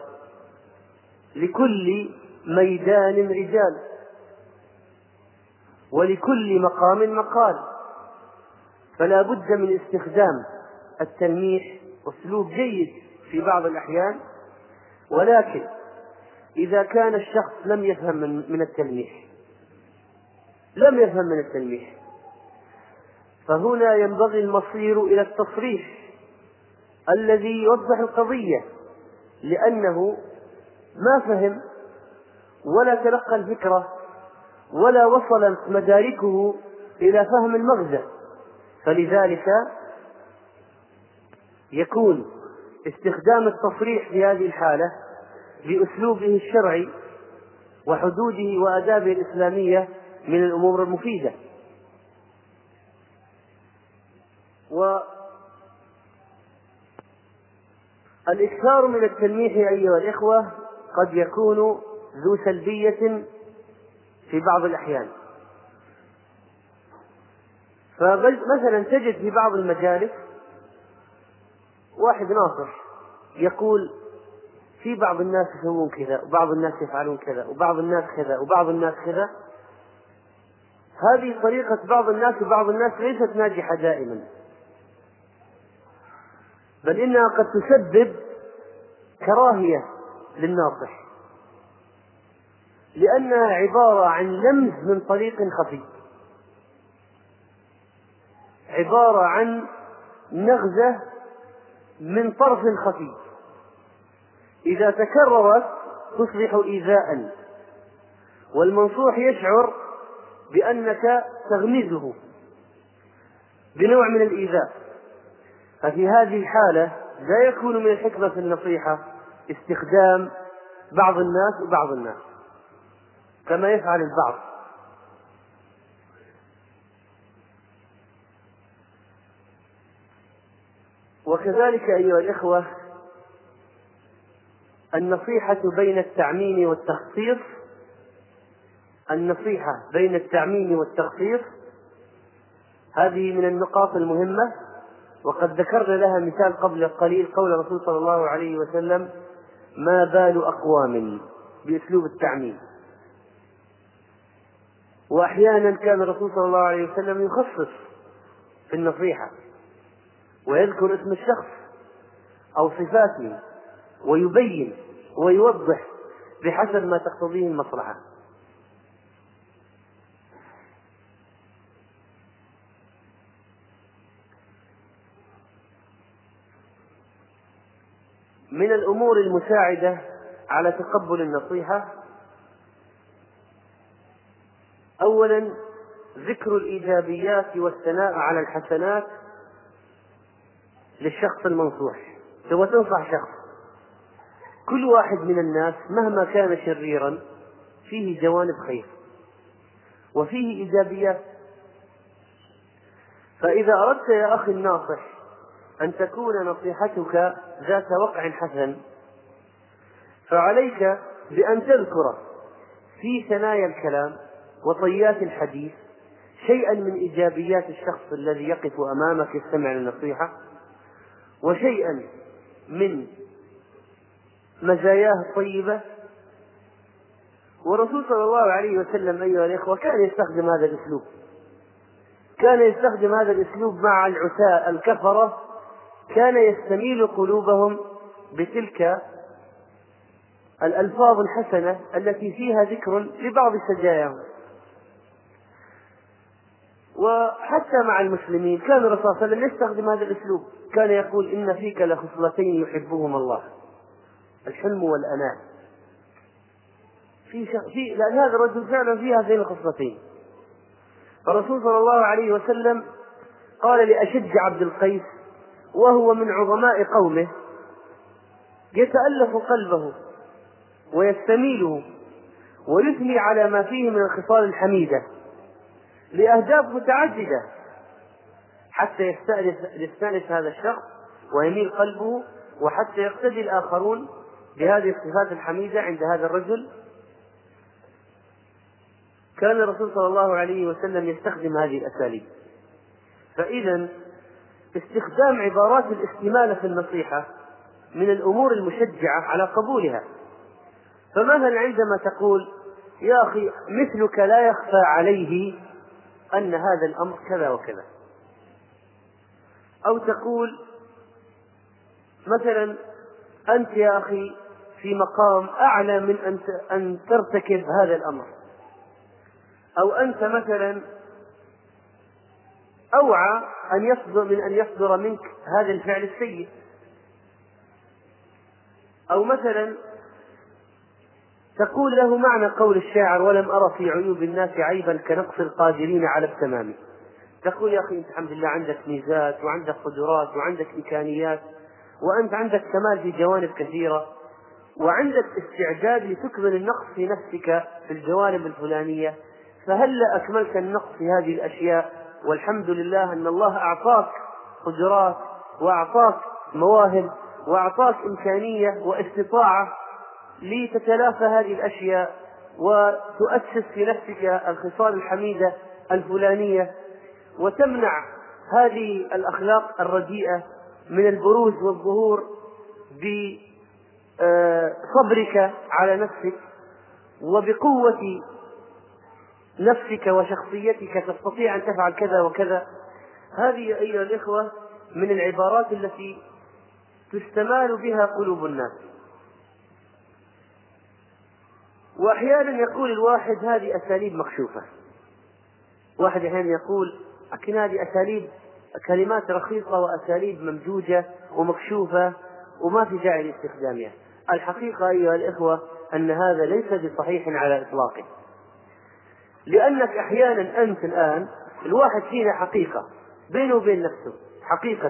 لكل ميدان رجال، ولكل مقام مقال، فلا بد من استخدام التلميح أسلوب جيد في بعض الأحيان، ولكن إذا كان الشخص لم يفهم من التلميح لم يفهم من التلميح فهنا ينبغي المصير إلى التصريح الذي يوضح القضية، لأنه ما فهم ولا تلقى الفكرة ولا وصلت مداركه إلى فهم المغزى. فلذلك يكون استخدام التصريح في هذه الحالة بأسلوبه الشرعي وحدوده وآدابه الإسلامية من الأمور المفيدة. والإكثار من التلميح أيها الإخوة قد يكون ذو سلبية في بعض الأحيان. فمثلا تجد في بعض المجالس واحد ناصح يقول في بعض الناس يسوون كذا وبعض الناس يفعلون كذا وبعض الناس كذا وبعض الناس كذا. هذه طريقة بعض الناس، وبعض الناس ليست ناجحة دائما، بل إنها قد تسبب كراهية للناصح، لأنها عبارة عن لمز من طريق خفي، عبارة عن نغزة من طرف خفي، إذا تكررت تصبح إيذاء، والمنصوح يشعر بأنك تغمزه بنوع من الإيذاء. ففي هذه الحالة لا يكون من الحكمة في النصيحة استخدام بعض الناس وبعض الناس كما يفعل البعض. وكذلك أيها الإخوة النصيحة بين التعميم والتخصيص النصيحة بين التعميم والتخصيص هذه من النقاط المهمة، وقد ذكرنا لها مثال قبل قليل، قول الرسول صلى الله عليه وسلم: ما بال أقوام، بأسلوب التعميم. وأحيانا كان الرسول صلى الله عليه وسلم يخصص في النصيحة ويذكر اسم الشخص أو صفاته ويبين ويوضح بحسب ما تقتضيه المصلحة. من الأمور المساعدة على تقبل النصيحة أولا ذكر الإيجابيات والثناء على الحسنات للشخص المنصوح. سوى تنصح شخص، كل واحد من الناس مهما كان شريرا فيه جوانب خير وفيه إيجابيات. فإذا أردت يا أخي الناصح أن تكون نصيحتك ذات وقع حسن، فعليك بأن تذكر في ثنايا الكلام وطيات الحديث شيئا من إيجابيات الشخص الذي يقف أمامك يستمع للنصيحة، وشيئا من مزاياه الطيبة. والرسول صلى الله عليه وسلم أيها الإخوة كان يستخدم هذا الأسلوب، كان يستخدم هذا الأسلوب مع العتاة الكفرة، كان يستميل قلوبهم بتلك الألفاظ الحسنة التي فيها ذكر لبعض سجاياهم. وحتى مع المسلمين كان الرسول صلى الله عليه وسلم يستخدم هذا الأسلوب، كان يقول: إن فيك لخصلتين يحبهما الله، الحلم والأناة. في, شخ... في لأن هذا الرجل فعلا فيه هذين الخصلتين. الرسول صلى الله عليه وسلم قال لأشج عبد القيس وهو من عظماء قومه يتألف قلبه ويستميله ويثني على ما فيه من الخصال الحميدة لأهداف متعددة حتى يستأنس هذا الشخص ويميل قلبه، وحتى يقتدي الآخرون بهذه الصفات الحميدة عند هذا الرجل. كان الرسول صلى الله عليه وسلم يستخدم هذه الأساليب. فإذا استخدام عبارات الاستمالة في النصيحة من الأمور المشجعة على قبولها. فمثلا عندما تقول يا أخي مثلك لا يخفى عليه أن هذا الأمر كذا وكذا، أو تقول مثلا أنت يا أخي في مقام أعلى من أن ترتكب هذا الأمر، أو أنت مثلا أوعى أن يصدر من أن يصدر منك هذا الفعل السيء، أو مثلا تقول له معنى قول الشاعر ولم أرى في عيوب الناس عيبا كنقص القادرين على التمام. تقول يا أخي أنت الحمد لله عندك ميزات وعندك قدرات وعندك إمكانيات وأنت عندك كمال في جوانب كثيرة وعندك استعداد لتكمل النقص في نفسك في الجوانب الفلانية، فهلا أكملت النقص في هذه الأشياء والحمد لله أن الله أعطاك قدرات وأعطاك مواهب وأعطاك إمكانية واستطاعة لتتلافى هذه الأشياء وتؤسس في نفسك الخصال الحميدة الفلانية وتمنع هذه الأخلاق الرديئة من البروز والظهور بصبرك على نفسك وبقوة نفسك وشخصيتك تستطيع أن تفعل كذا وكذا. هذه أيها الإخوة من العبارات التي تستمال بها قلوب الناس. وأحيانا يقول الواحد هذه أساليب مكشوفة، واحد أحيانا يقول لكن هذه أساليب كلمات رخيصة وأساليب ممجوجة ومكشوفة وما في داعي لاستخدامها. الحقيقة أيها الإخوة أن هذا ليس بصحيح على إطلاقه، لأنك أحيانا أنت الآن الواحد فينا حقيقة بينه وبين نفسه حقيقة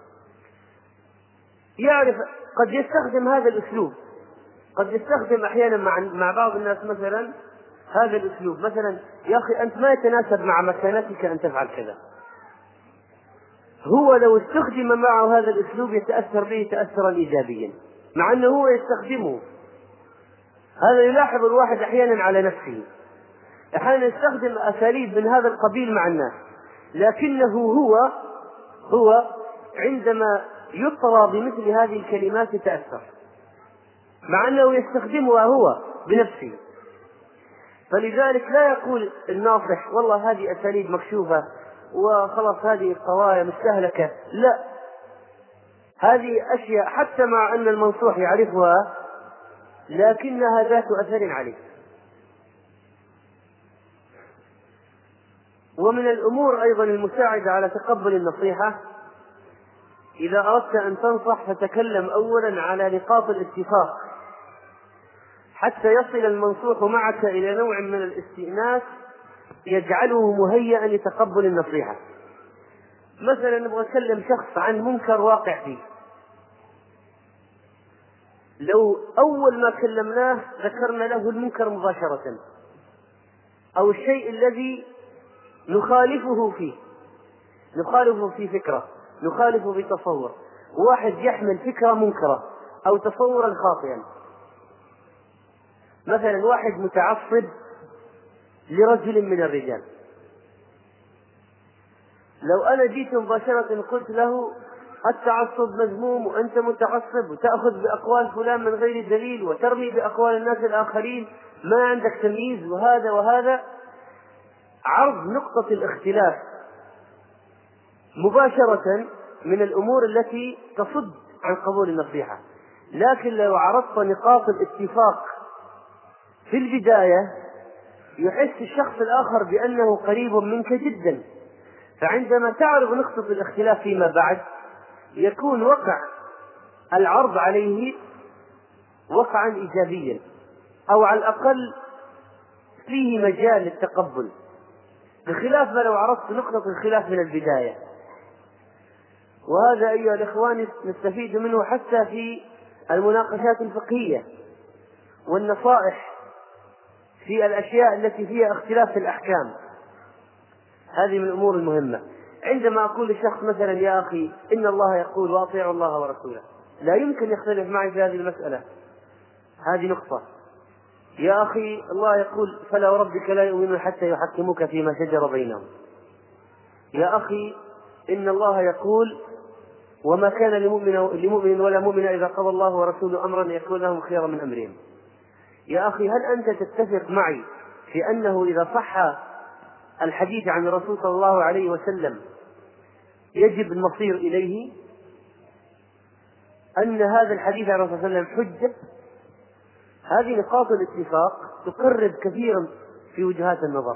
يعرف قد يستخدم هذا الأسلوب، قد يستخدم أحيانا مع مع بعض الناس مثلا هذا الأسلوب، مثلا يا أخي أنت ما يتناسب مع مكانتك أن تفعل كذا. هو لو استخدم معه هذا الأسلوب يتأثر به تأثرا إيجابيا مع أنه هو يستخدمه. هذا يلاحظ الواحد أحيانا على نفسه، أحيانا يستخدم أساليب من هذا القبيل مع الناس، لكنه هو هو عندما يطرى بمثل هذه الكلمات يتأثر مع أنه يستخدمها هو بنفسه. فلذلك لا يقول الناصح والله هذه أساليب مكشوفة وخلاص هذه قوايا مستهلكة، لا، هذه أشياء حتى مع أن المنصوح يعرفها لكنها ذات أثر عليه. ومن الأمور أيضا المساعدة على تقبل النصيحة إذا أردت أن تنصح فتكلم أولا على نقاط الاتفاق حتى يصل المنصوح معك إلى نوع من الاستئناس يجعله مهيئا لتقبل النصيحة. مثلا نبغى نكلم شخص عن منكر واقع فيه، لو أول ما كلمناه ذكرنا له المنكر مباشرة أو الشيء الذي نخالفه فيه، نخالفه في فكرة، نخالفه في تصور، واحد يحمل فكرة منكرة أو تصورا خاطئا، مثلا واحد متعصب لرجل من الرجال، لو أنا جيت مباشرة قلت له التعصب مذموم وأنت متعصب وتأخذ بأقوال فلان من غير دليل وترمي بأقوال الناس الآخرين ما عندك تمييز وهذا وهذا، عرض نقطة الاختلاف مباشرة من الأمور التي تصد عن قبول النصيحة. لكن لو عرضت نقاط الاتفاق في البداية يحس الشخص الآخر بأنه قريب منك جدا، فعندما تعرض نقطة الاختلاف فيما بعد يكون وقع العرض عليه وقعا إيجابيا أو على الأقل فيه مجال للتقبل، بخلاف ما لو عرضت نقطة الخلاف من البداية. وهذا أيها الإخوان نستفيد منه حتى في المناقشات الفقهية والنصائح في الأشياء التي فيها اختلاف في الأحكام. هذه من الأمور المهمة. عندما أقول للشخص مثلا يا أخي إن الله يقول وأطيعوا الله ورسوله، لا يمكن يختلف معي في هذه المسألة، هذه نقطة. يا أخي الله يقول فلا وربك لا يؤمنون حتى يحكموك فيما شجر بينهم. يا أخي إن الله يقول وما كان لمؤمن, لمؤمن ولا مؤمن إذا قضى الله ورسوله أمرا يكون لهم خيرا من أمرهم. يا أخي هل أنت تتفق معي في أنه إذا صح الحديث عن الرسول صلى الله عليه وسلم يجب المصير إليه، أن هذا الحديث عن الرسول صلى الله عليه وسلم حجة؟ هذه نقاط الاتفاق تقرب كثيرا في وجهات النظر.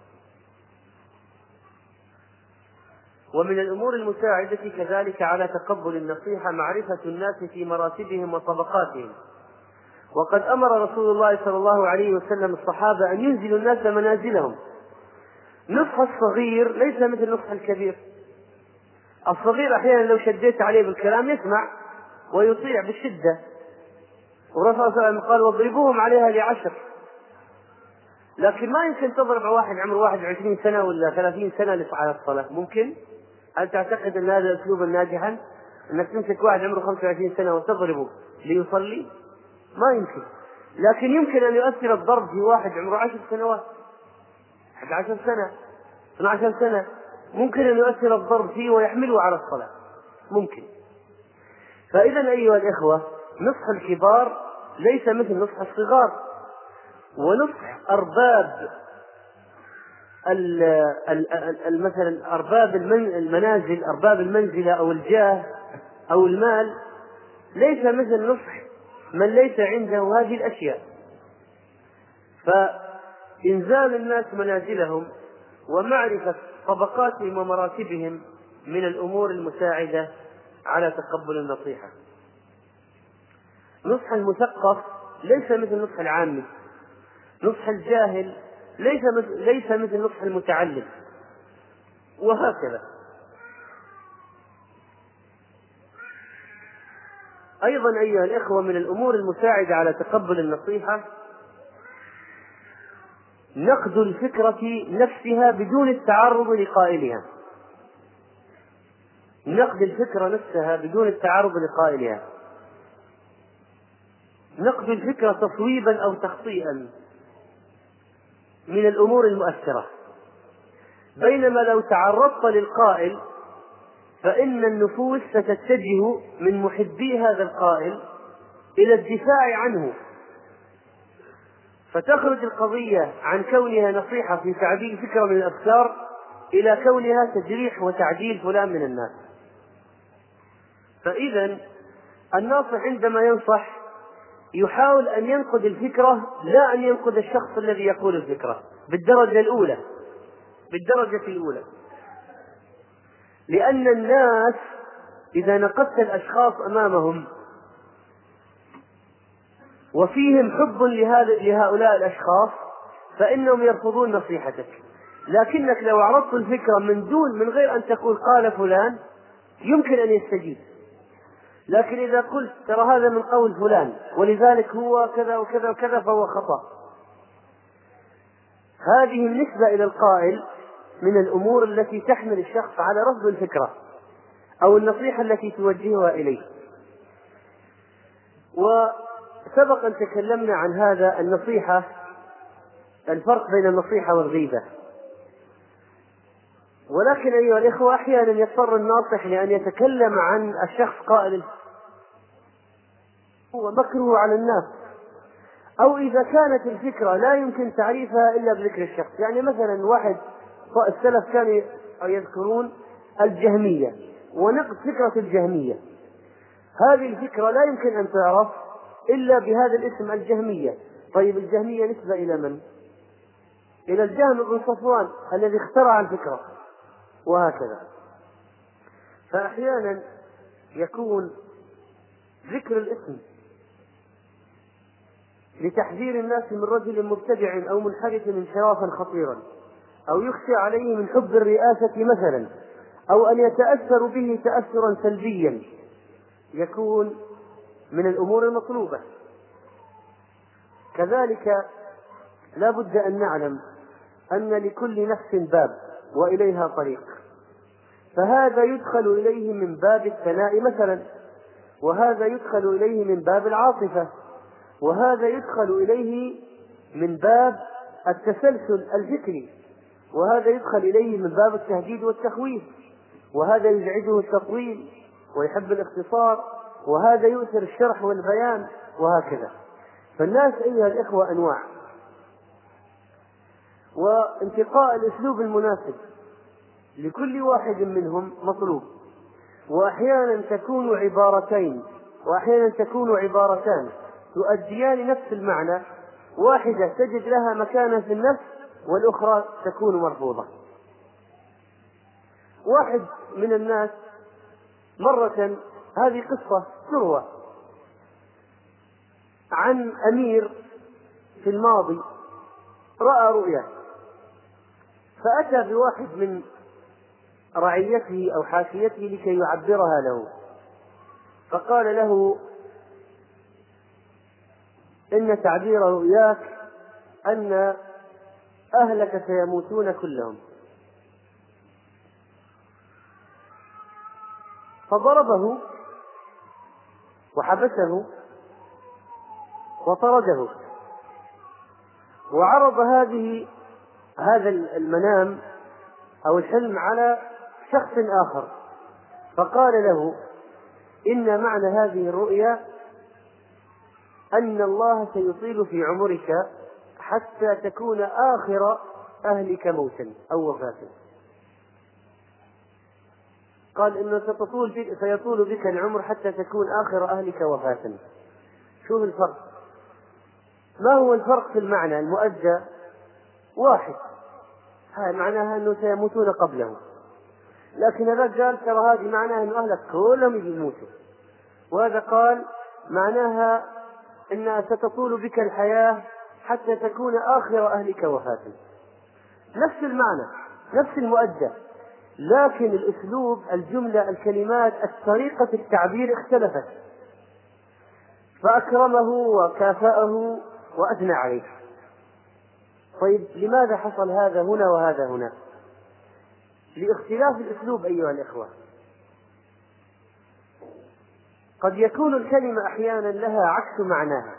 ومن الأمور المساعدة كذلك على تقبل النصيحة معرفة الناس في مراتبهم وطبقاتهم. وقد أمر رسول الله صلى الله عليه وسلم الصحابة أن ينزلوا الناس منازلهم. نصح الصغير ليس مثل نصح الكبير. الصغير أحيانا لو شديت عليه بالكلام يسمع ويطيع بالشدة، والرسول صلى الله عليه وسلم قال واضربوهم عليها لعشر. لكن ما يمكن تضرب واحد عمره واحد وعشرين سنة ولا ثلاثين سنة على الصلاة. ممكن؟ هل تعتقد أن هذا أسلوبا ناجحا؟ أنك تمسك واحد عمره خمسة وعشرين سنة وتضربه ليصلي؟ ما يمكن. لكن يمكن أن يؤثر الضرب في واحد عمره عشر سنوات، أحد عشر سنة، اثنى عشر سنة، ممكن أن يؤثر الضرب فيه ويحمله على الصلاة، ممكن. فإذا أيها الإخوة، نصح الكبار ليس مثل نصح الصغار. ونصح أرباب مثلا أرباب المنازل، أرباب المنزلة أو الجاه أو المال، ليس مثل نصح من ليس عنده هذه الأشياء. فإنزال الناس منازلهم ومعرفة طبقاتهم ومراتبهم من الأمور المساعدة على تقبل النصيحة. نصح المثقف ليس مثل نصح العامي. نصح الجاهل ليس مثل, ليس مثل نصح المتعلم، وهكذا. أيضا أيها الإخوة، من الأمور المساعدة على تقبل النصيحة نقد الفكرة نفسها بدون التعرض لقائلها. نقد الفكرة نفسها بدون التعرض لقائلها. نقد الفكرة تصويبا أو تخطيئا من الأمور المؤثرة. بينما لو تعرضت للقائل فإن النفوس ستتجه من محبي هذا القائل إلى الدفاع عنه، فتخرج القضية عن كونها نصيحة في تعديل فكرة من الأفكار إلى كونها تجريح وتعديل فلان من الناس. فإذا الناصح عندما ينصح يحاول أن ينقد الفكرة، لا أن ينقد الشخص الذي يقول الفكرة بالدرجة الأولى بالدرجة الأولى لأن الناس إذا نقدت الأشخاص أمامهم وفيهم حب لهؤلاء الأشخاص فإنهم يرفضون نصيحتك. لكنك لو عرضت الفكرة من دون من غير أن تقول قال فلان يمكن أن يستجيب. لكن إذا قلت ترى هذا من قول فلان ولذلك هو كذا وكذا وكذا فهو خطأ، هذه النسبة إلى القائل من الأمور التي تحمل الشخص على رفض الفكرة أو النصيحة التي توجهها إليه. وسبق أن تكلمنا عن هذا النصيحة، الفرق بين النصيحة والغيبة. ولكن أيها الإخوة، أحيانا يضطر الناصح لأن يتكلم عن الشخص قائل هو مكره على الناس، أو إذا كانت الفكرة لا يمكن تعريفها إلا بذكر الشخص. يعني مثلا واحد السلف كانوا يذكرون الجهمية ونقد فكرة الجهمية. هذه الفكرة لا يمكن أن تعرف إلا بهذا الاسم الجهمية. طيب الجهمية نسبة إلى من؟ إلى الجهم بن صفوان الذي اخترع الفكرة، وهكذا. فأحيانا يكون ذكر الاسم لتحذير الناس من رجل مبتدع أو منحرف انحرافا خطيرا، أو يخشى عليه من حب الرئاسة مثلا، أو أن يتأثر به تأثرا سلبيا، يكون من الأمور المطلوبة. كذلك لا بد أن نعلم أن لكل نفس باب وإليها طريق، فهذا يدخل إليه من باب الثناء مثلا، وهذا يدخل إليه من باب العاطفة، وهذا يدخل إليه من باب التسلسل الفكري، وهذا يدخل إليه من باب التهديد والتخويف، وهذا يزعجه التطويل، ويحب الاختصار، وهذا يؤثر الشرح والبيان، وهكذا. فالناس أيها الإخوة أنواع، وانتقاء الأسلوب المناسب لكل واحد منهم مطلوب. وأحيانا تكون عبارتين وأحيانا تكون عبارتان تؤديان نفس المعنى، واحدة تجد لها مكانة في النفس والأخرى تكون مرفوضة. واحد من الناس مرة، هذه قصة تروى عن أمير في الماضي رأى رؤيا، فأتى بواحد من رعيته أو حاشيته لكي يعبرها له، فقال له إن تعبير رؤياك أن أهلك سيموتون كلهم. فضربه وحبسه وطرده، وعرض هذه هذا المنام أو الحلم على شخص آخر، فقال له إن معنى هذه الرؤيا أن الله سيطيل في عمرك حتى تكون آخر أهلك موتا أو وفاة. قال إنه ستطول بك سيطول بك العمر حتى تكون آخر أهلك وفاة. شوف الفرق، ما هو الفرق في المعنى المؤدى؟ واحد، هذا معناها أنه سيموتون قبله، لكن هذا قال ترى هذه معناها أن أهلك كلهم يموتوا، وهذا قال معناها أنها ستطول بك الحياة حتى تكون آخر أهلك وفاة. نفس المعنى نفس المؤدى، لكن الأسلوب، الجملة، الكلمات، الطريقة التعبير اختلفت، فأكرمه وكافأه وأثنى عليه. طيب لماذا حصل هذا هنا وهذا هنا؟ لاختلاف الأسلوب أيها الإخوة. قد يكون الكلمة أحيانا لها عكس معناها،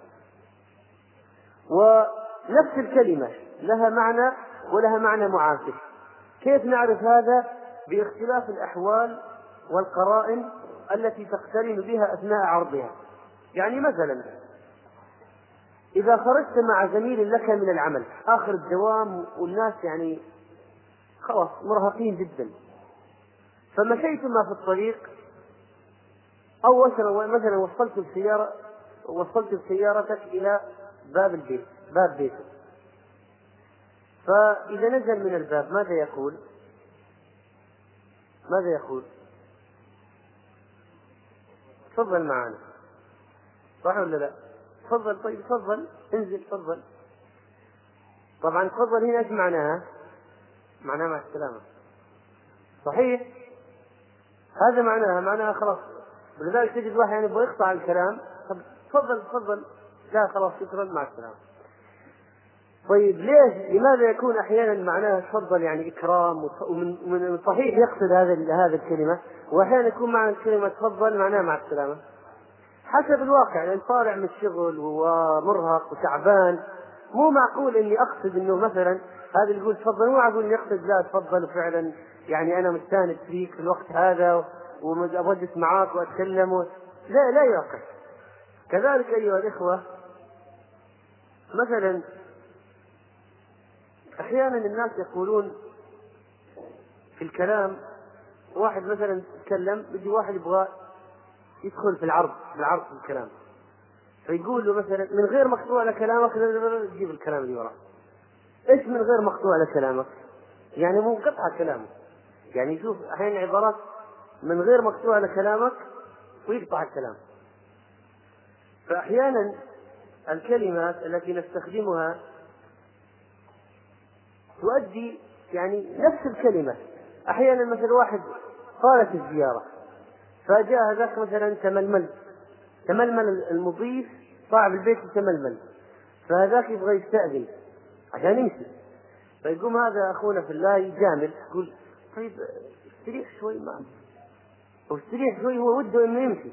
ونفس الكلمة لها معنى ولها معنى معاكس. كيف نعرف هذا؟ باختلاف الأحوال والقرائن التي تقترن بها أثناء عرضها. يعني مثلا إذا خرجت مع زميل لك من العمل آخر الدوام والناس يعني خلاص مرهقين جدا، فمشيتما في الطريق أو مثلا وصلت السيارة وصلت سيارتك إلى باب البيت باب بيتك، فإذا نزل من الباب ماذا يقول؟ ماذا يقول؟ تفضل معنا، صح ولا لا؟ تفضل، طيب تفضل انزل تفضل. طبعا تفضل هنا ايش معناها؟ معناها مع السلامة، صحيح؟ هذا معناها معناها خلاص. ولذلك تجد واحد يعني يبغى يقطع الكلام، طب تفضل تفضل، لا خلاص شكرا مع السلامة. طيب ليش؟ لماذا يكون أحيانا معناها تفضل يعني إكرام، ومن صحيح يقصد هذا هذا الكلمة، وأحيانا يكون معنى الكلمة تفضل معناها مع السلامة حسب الواقع. لأن طالع من الشغل ومرهق وتعبان، مو معقول إني أقصد إنه مثلا هذا اللي يقول تفضل، مو معقول إني أقصد لا تفضل فعلا يعني أنا مستانس فيك في الوقت هذا وأجلس معاك وأتكلم و... لا لا يوقع. كذلك أيها الإخوة، مثلا أحيانا الناس يقولون في الكلام، واحد مثلا يتكلم يجي واحد يبغى يدخل في العرض بالعرض في الكلام، فيقول له مثلا من غير مقطوع لكلامك، تجيب الكلام اللي وراه. ايش من غير مقطوع لكلامك؟ يعني مو قطع كلامه، يعني شوف أحيانا عبارات من غير مقطوع لكلامك ويقطع الكلام. فأحيانا الكلمات التي نستخدمها تؤدي يعني نفس الكلمة. أحيانا مثلا واحد طالت الزيارة فجاء هذاك مثلا تململ تململ المضيف صاحب البيت تململ، فهذاك يبغى يستأذن عشان يمشي، فيقوم هذا أخونا في الله يجامل يقول طيب استريح شوي معه، أو استريح شوي، هو وده إنه يمشي.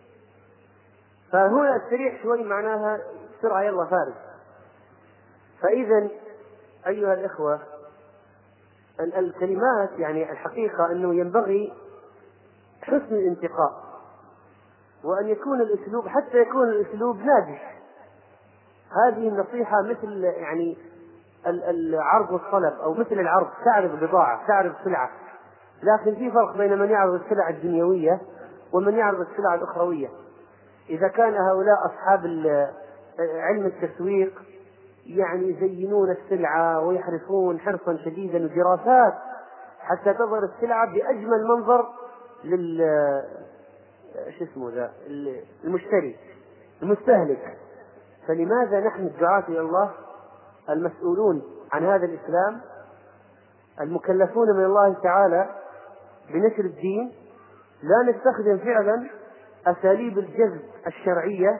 فهنا استريح شوي معناها بسرعة يلا فارس. فإذا أيها الإخوة الكلمات يعني الحقيقة أنه ينبغي حسن الانتقاء، وأن يكون الأسلوب حتى يكون الأسلوب ناجح. هذه النصيحة مثل يعني العرض والطلب، أو مثل العرض، تعرض بضاعة، تعرض سلعة، لكن في فرق بين من يعرض السلع الدنيوية ومن يعرض السلع الأخروية. إذا كان هؤلاء أصحاب علم التسويق يعني يزينون السلعة ويحرصون حرصا شديدا ودراسات حتى تظهر السلعة بأجمل منظر لل شو اسمه ذا المشتري المستهلك، فلماذا نحن الدعاة إلى الله المسؤولون عن هذا الإسلام المكلفون من الله تعالى بنشر الدين لا نستخدم فعلا أساليب الجذب الشرعية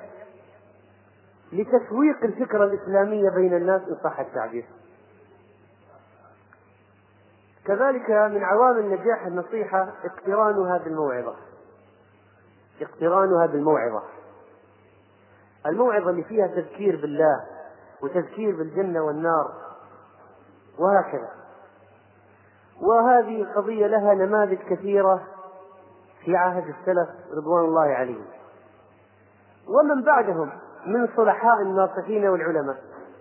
لتسويق الفكرة الإسلامية بين الناس إن صح التعبير؟ كذلك من عوامل نجاح النصيحة اقترانها بالموعظة، اقترانها بالموعظة، الموعظة اللي فيها تذكير بالله وتذكير بالجنة والنار وهكذا. وهذه القضية لها نماذج كثيرة في عهد السلف رضوان الله عليهم ومن بعدهم من صلحاء الناصحين والعلماء.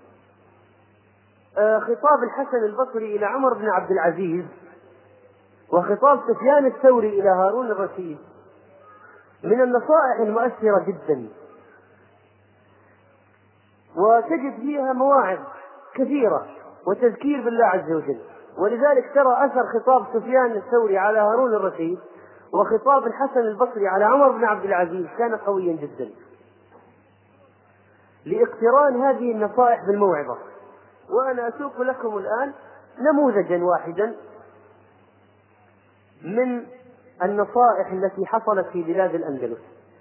خطاب الحسن البصري إلى عمر بن عبد العزيز وخطاب سفيان الثوري إلى هارون الرشيد من النصائح المؤثرة جدا، وتجد فيها مواعظ كثيرة وتذكير بالله عز وجل. ولذلك ترى أثر خطاب سفيان الثوري على هارون الرشيد وخطاب الحسن البصري على عمر بن عبد العزيز كان قويا جدا لاقتران هذه النصائح بالموعظة. وأنا أسوق لكم الآن نموذجا واحدا من النصائح التي حصلت في بلاد الأندلس.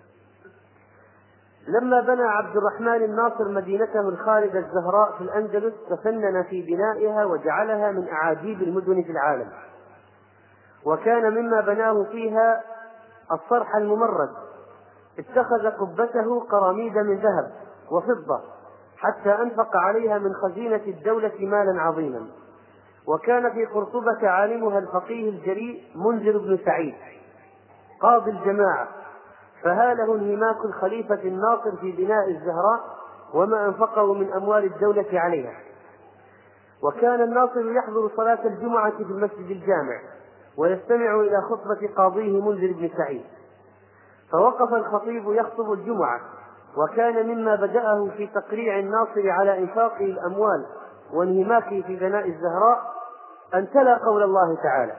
لما بنى عبد الرحمن الناصر مدينته الخالدة الزهراء في الأندلس تفنن في بنائها وجعلها من أعاجيب المدن في العالم، وكان مما بناه فيها الصرح الممرد، اتخذ قبته قراميد من ذهب وفضة حتى أنفق عليها من خزينة الدولة مالا عظيما. وكان في قرطبة عالمها الفقيه الجريء منذر بن سعيد قاضي الجماعة، فهاله انهماك الخليفة الناصر في بناء الزهراء وما أنفقه من أموال الدولة عليها. وكان الناصر يحضر صلاة الجمعة في المسجد الجامع ويستمع إلى خطبة قاضيه منذر بن سعيد، فوقف الخطيب يخطب الجمعة، وكان مما بدأه في تقريع الناصر على إنفاقه الأموال وانهماكه في بناء الزهراء أن تلا قول الله تعالى: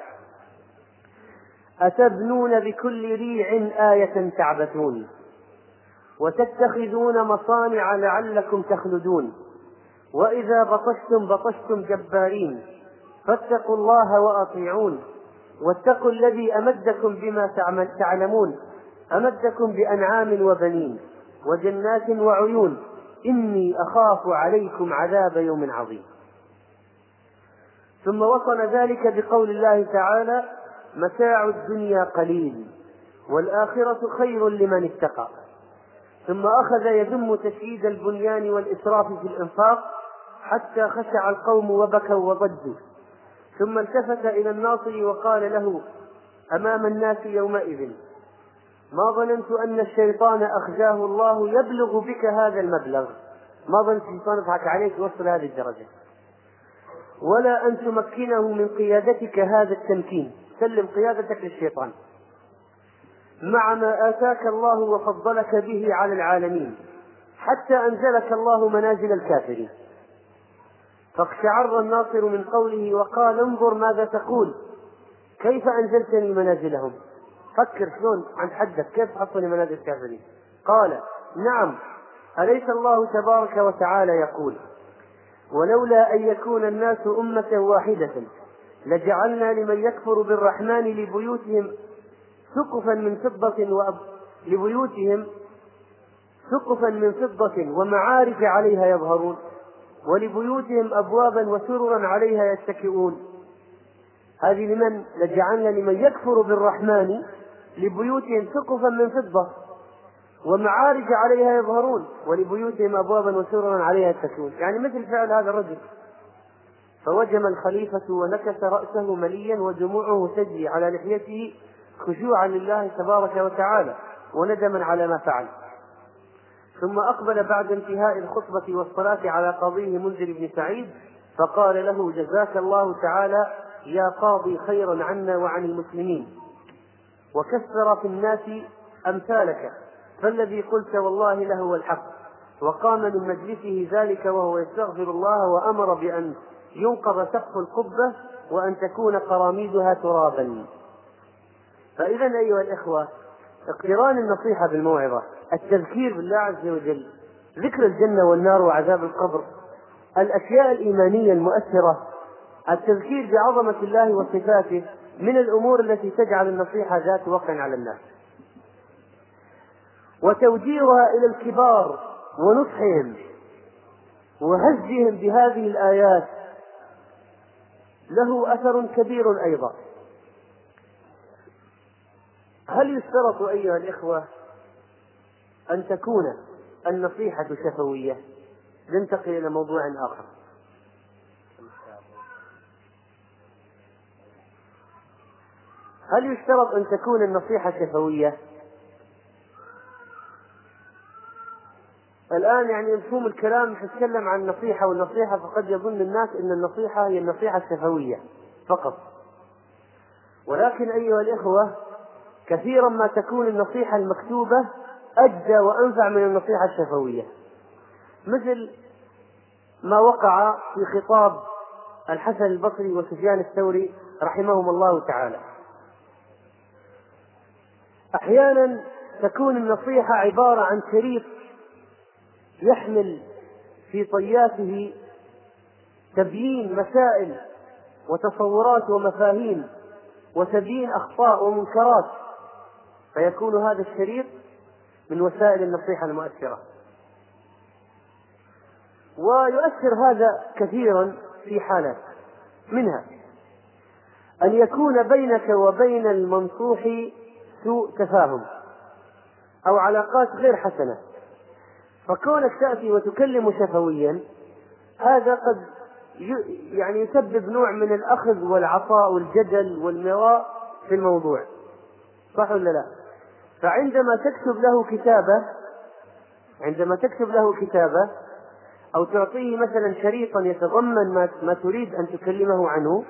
أتبنون بكل ريع آية تعبثون وتتخذون مصانع لعلكم تخلدون وإذا بطشتم بطشتم جبارين فاتقوا الله وأطيعون واتقوا الذي أمدكم بما تعلمون أمدكم بأنعام وبنين وجنات وعيون إني أخاف عليكم عذاب يوم عظيم. ثم وصل ذلك بقول الله تعالى: متاع الدنيا قليل والآخرة خير لمن اتقى. ثم أخذ يذم تشييد البنيان والإسراف في الإنفاق حتى خشع القوم وبكوا وضجوا. ثم التفت إلى الناصر وقال له أمام الناس يومئذ: ما ظننت أن الشيطان أخزاه الله يبلغ بك هذا المبلغ. ما ظننت الشيطان يضحك عليك وصل هذه الدرجة، ولا أن تمكنه من قيادتك هذا التمكين. سلم قيادتك للشيطان مع ما آتاك الله وفضلك به على العالمين حتى أنزلك الله منازل الكافرين. فاقشعر الناصر من قوله وقال: انظر ماذا تقول، كيف أنزلتني منازلهم؟ فكر شلون عن حدك، كيف حصل منازل الكافرين؟ قال: نعم، أليس الله تبارك وتعالى يقول: ولولا أن يكون الناس أمة واحدة لجعلنا لمن يكفر بالرحمن لبيوتهم سقفا من فضة وأب... لبيوتهم سقفا من فضة ومعارج عليها يظهرون ولبيوتهم أبوابا وسررا عليها يتكئون. هذه لمن لجعلنا لمن يكفر بالرحمن لبيوتهم سقفا من فضة ومعارج عليها يظهرون ولبيوتهم أبوابا وسررا عليها يتكئون، يعني مثل فعل هذا الرجل. فوجم الخليفة ونكس رأسه مليا ودموعه تجري على لحيته خشوعا لله تبارك وتعالى وندما على ما فعل. ثم أقبل بعد انتهاء الخطبة والصلاة على قاضيه منذر بن سعيد فقال له: جزاك الله تعالى يا قاضي خيرا عنا وعن المسلمين، وكثر في الناس أمثالك، فالذي قلت والله لهو الحق. وقام من مجلسه ذلك وهو يستغفر الله، وأمر بأن ينقض سقف القبة وأن تكون قراميدها ترابا. فإذا أيها الإخوة، اقتران النصيحة بالموعظة، التذكير بالله عز وجل، ذكر الجنة والنار وعذاب القبر، الأشياء الإيمانية المؤثرة، التذكير بعظمة الله وصفاته، من الأمور التي تجعل النصيحة ذات وقع على الناس. وتوجيهها إلى الكبار ونصحهم وهزهم بهذه الآيات له أثر كبير أيضا. هل يشترط أيها الإخوة أن تكون النصيحة شفوية؟ ننتقل إلى موضوع آخر. هل يشترط أن تكون النصيحة شفوية؟ الآن يعني مفهوم الكلام نتكلم عن النصيحة والنصيحة، فقد يظن الناس أن النصيحة هي النصيحة الشفوية فقط، ولكن أيها الإخوة كثيرا ما تكون النصيحة المكتوبة أجدى وأنفع من النصيحة الشفوية، مثل ما وقع في خطاب الحسن البصري وسفيان الثوري رحمهم الله تعالى. أحيانا تكون النصيحة عبارة عن شريط يحمل في طياته تبيين مسائل وتصورات ومفاهيم وتبيين أخطاء ومنكرات، فيكون هذا الشريط من وسائل النصيحة المؤثرة. ويؤثر هذا كثيرا في حالات، منها أن يكون بينك وبين المنصوح سوء تفاهم أو علاقات غير حسنة، فكونك تأتي وتكلم شفويا هذا قد يعني يسبب نوع من الأخذ والعطاء والجدل والمراء في الموضوع، صح ولا لا؟ فعندما تكتب له كتابة عندما تكتب له كتابة أو تعطيه مثلا شريطا يتضمن ما, ما تريد أن تكلمه عنه،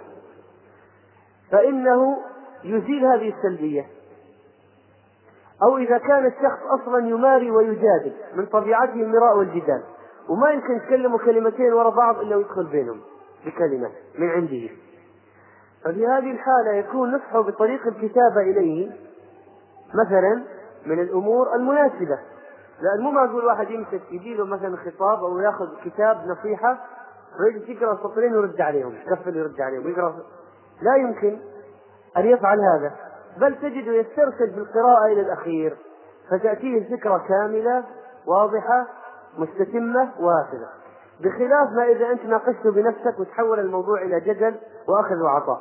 فإنه يزيل هذه السلبية. أو إذا كان الشخص أصلا يماري ويجادل، من طبيعته المراء والجدال، وما يمكن يتكلموا كلمتين وراء بعض إلا ويدخل بينهم بكلمة من عنده، ففي هذه الحالة يكون نصحه بطريق الكتابة إليه مثلا من الأمور المناسبة، لأن مو معقول واحد يمسك يجيله مثلا خطاب أو يأخذ كتاب نصيحة ويجي يقرأ سطرين ويرد عليهم، يكفل يرد عليهم ويقرأ، لا يمكن أن يفعل هذا، بل تجده يسترسل في القراءة إلى الأخير، فتأتيه الفكرة كاملة واضحة مستتمة وهكذا، بخلاف ما إذا أنت ناقشته بنفسك وتحول الموضوع إلى جدل وأخذ وعطاء.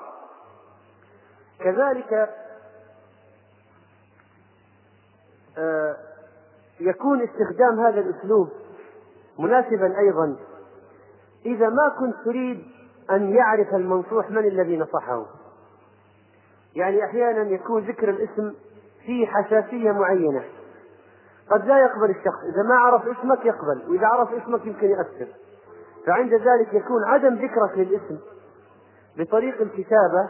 كذلك آه يكون استخدام هذا الأسلوب مناسبا أيضا إذا ما كنت تريد أن يعرف المنصوح من الذي نصحه. يعني أحيانا يكون ذكر الاسم فيه حساسية معينة، قد لا يقبل الشخص، إذا ما عرف اسمك يقبل، وإذا عرف اسمك يمكن يأثر، فعند ذلك يكون عدم ذكرك للاسم بطريق الكتابة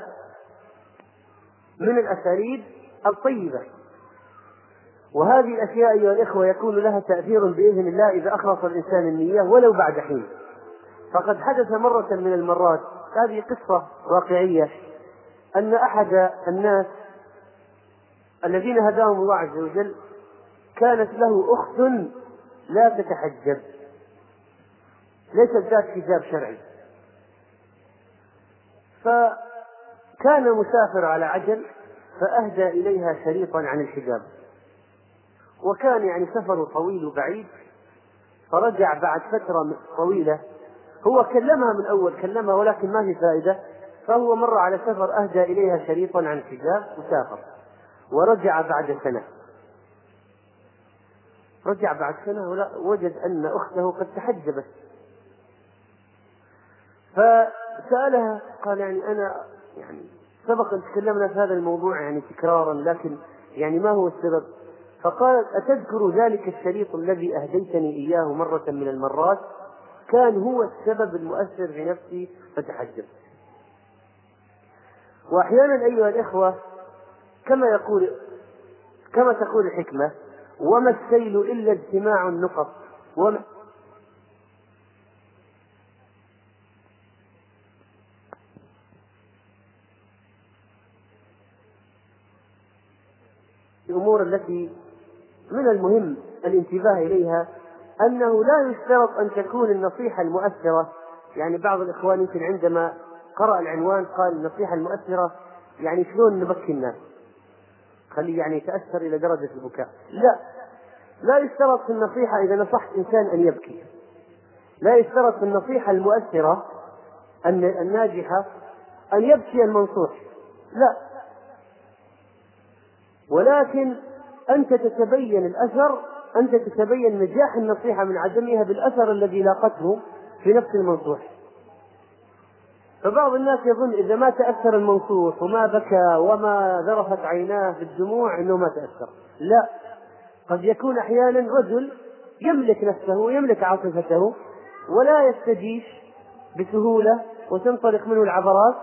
من الأساليب الطيبة. وهذه الأشياء أيها الإخوة يكون لها تأثير بإذن الله إذا أخلص الإنسان النية ولو بعد حين. فقد حدث مرة من المرات، هذه قصة واقعية، أن أحد الناس الذين هداهم الله عز وجل كانت له أخت لا تتحجب، ليست ذات حجاب شرعي، فكان مسافر على عجل فأهدى إليها شريطا عن الحجاب، وكان يعني سفر طويل وبعيد، فرجع بعد فترة طويلة، هو كلمها من أول كلمها ولكن ما في فائدة، فهو مر على سفر أهدى إليها شريطا عن الحجاب وسافر، ورجع بعد سنة رجع بعد سنة وجد أن أخته قد تحجبت، فسألها قال يعني أنا يعني سبق أن تكلمنا في هذا الموضوع يعني تكرارا، لكن يعني ما هو السبب؟ فقال: أتذكر ذلك الشريط الذي أهديتني إياه مرة من المرات؟ كان هو السبب المؤثر في نفسي فتحجبت. وأحيانا أيها الإخوة كما يقول كما تقول الحكمة: وما السيل إلا اجتماع النقط، وما الأمور التي من المهم الانتباه إليها أنه لا يشترط أن تكون النصيحة المؤثرة. يعني بعض الإخوان يمكن عندما قرأ العنوان قال: النصيحة المؤثرة يعني شلون نبكي الناس، خليه يعني يتأثر إلى درجة البكاء. لا، لا يشترط في النصيحة إذا نصحت إنسان أن يبكي، لا يشترط في النصيحة المؤثرة أن الناجحة أن يبكي المنصوح، لا، ولكن أنت تتبين الأثر، أنت تتبين نجاح النصيحة من عدمها بالأثر الذي لاقته في نفس المنصوح. فبعض الناس يظن إذا ما تأثر المنصوح وما بكى وما ذرفت عيناه في الدموع أنه ما تأثر. لا، قد يكون أحيانا رجل يملك نفسه ويملك عاطفته ولا يستجيش بسهولة وتنطلق منه العبرات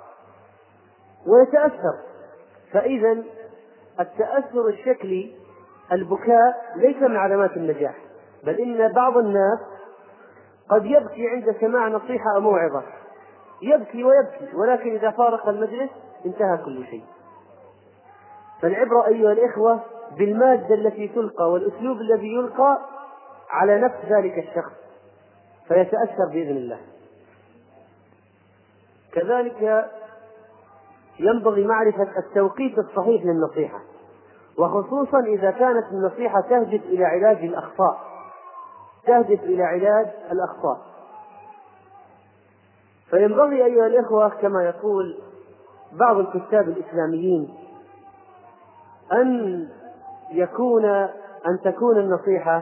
ويتأثر. فإذا التأثر الشكلي البكاء ليس من علامات النجاح، بل إن بعض الناس قد يبكي عند سماع نصيحة أو موعظة، يبكي ويبكي، ولكن إذا فارق المجلس انتهى كل شيء. فالعبرة أيها الإخوة بالمادة التي تلقى والأسلوب الذي يلقى على نفس ذلك الشخص فيتأثر بإذن الله. كذلك ينبغي معرفة التوقيت الصحيح للنصيحة، وخصوصا إذا كانت النصيحة تهدف إلى علاج الأخطاء تهدف إلى علاج الأخطاء فينبغي أيها الإخوة كما يقول بعض الكتاب الإسلاميين أن يكون أن تكون النصيحة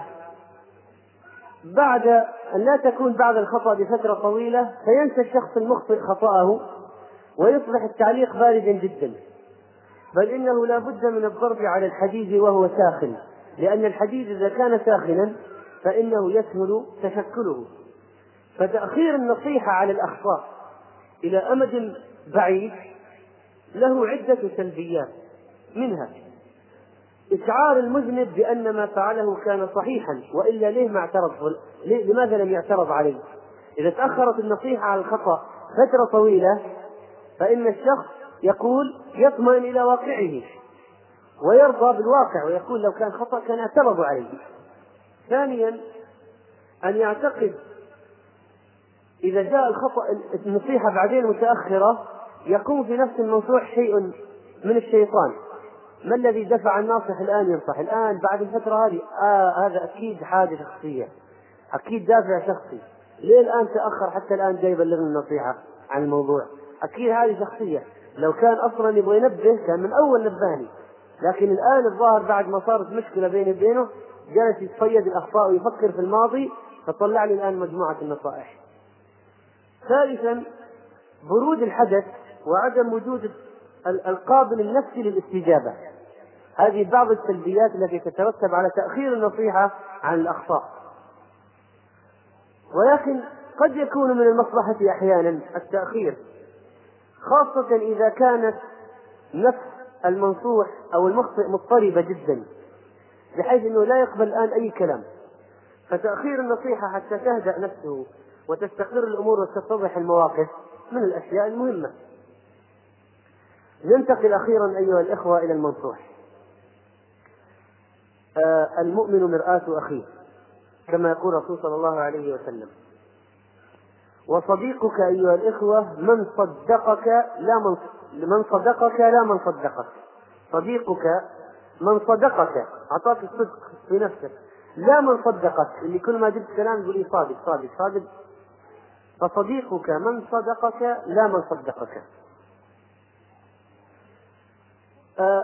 بعد أن لا تكون بعد الخطأ بفترة طويلة فينسى الشخص المخطئ خطأه ويصبح التعليق باردا جدا، بل إنه لا بد من الضرب على الحديد وهو ساخن، لأن الحديد إذا كان ساخنا فإنه يسهل تشكله. فتأخير النصيحة على الأخطاء إلى أمد بعيد له عدة سلبيات، منها إشعار المذنب بأن ما فعله كان صحيحا وإلا ليه ما اعترض، لماذا لم يعترض عليه؟ إذا تأخرت النصيحة على الخطأ فترة طويلة فإن الشخص يقول يطمئن إلى واقعه ويرضى بالواقع ويقول لو كان خطأ كان اعترضوا عليه. ثانيا أن يعتقد إذا جاء الخطأ النصيحة بعدين متأخرة يقوم في نفس المنصوح شيء من الشيطان. ما الذي دفع الناصح الآن ينصح الآن بعد الفترة هذه؟ آه هذا أكيد حاجة شخصية، أكيد دافع شخصي، ليه الآن تأخر حتى الآن جاي يبلغني النصيحة عن الموضوع؟ أكيد هذه شخصية، لو كان أصلا يبغى ينبه كان من أول نبهني، لكن الآن الظاهر بعد ما صارت مشكلة بيني وبينه جالس يتصيد الأخطاء ويفكر في الماضي فطلع لي الآن مجموعة النصائح. ثالثا برود الحدث وعدم وجود القابل النفسي للاستجابة. هذه بعض السلبيات التي تترتب على تأخير النصيحة عن الأخطاء. ولكن قد يكون من المصلحة أحيانا التأخير، خاصة إذا كانت نفس المنصوح أو المخطئ مضطربة جدا بحيث أنه لا يقبل الآن أي كلام، فتأخير النصيحة حتى تهدأ نفسه وتستقر الأمور وتتضح المواقف من الأشياء المهمة. ننتقل أخيرا أيها الإخوة إلى المنصوح. آه المؤمن مرآة أخيه كما يقول الرسول صلى الله عليه وسلم. وصديقك أيها الإخوة من صدقك لا من, من صدقك لا من صدقك. صديقك من صدقك، أعطاك الصدق في نفسك، لا من صدقك، اللي كل ما جبت كلام يقول لي صادق صادق صادق. فصديقك من صدقك لا من صدقك. آه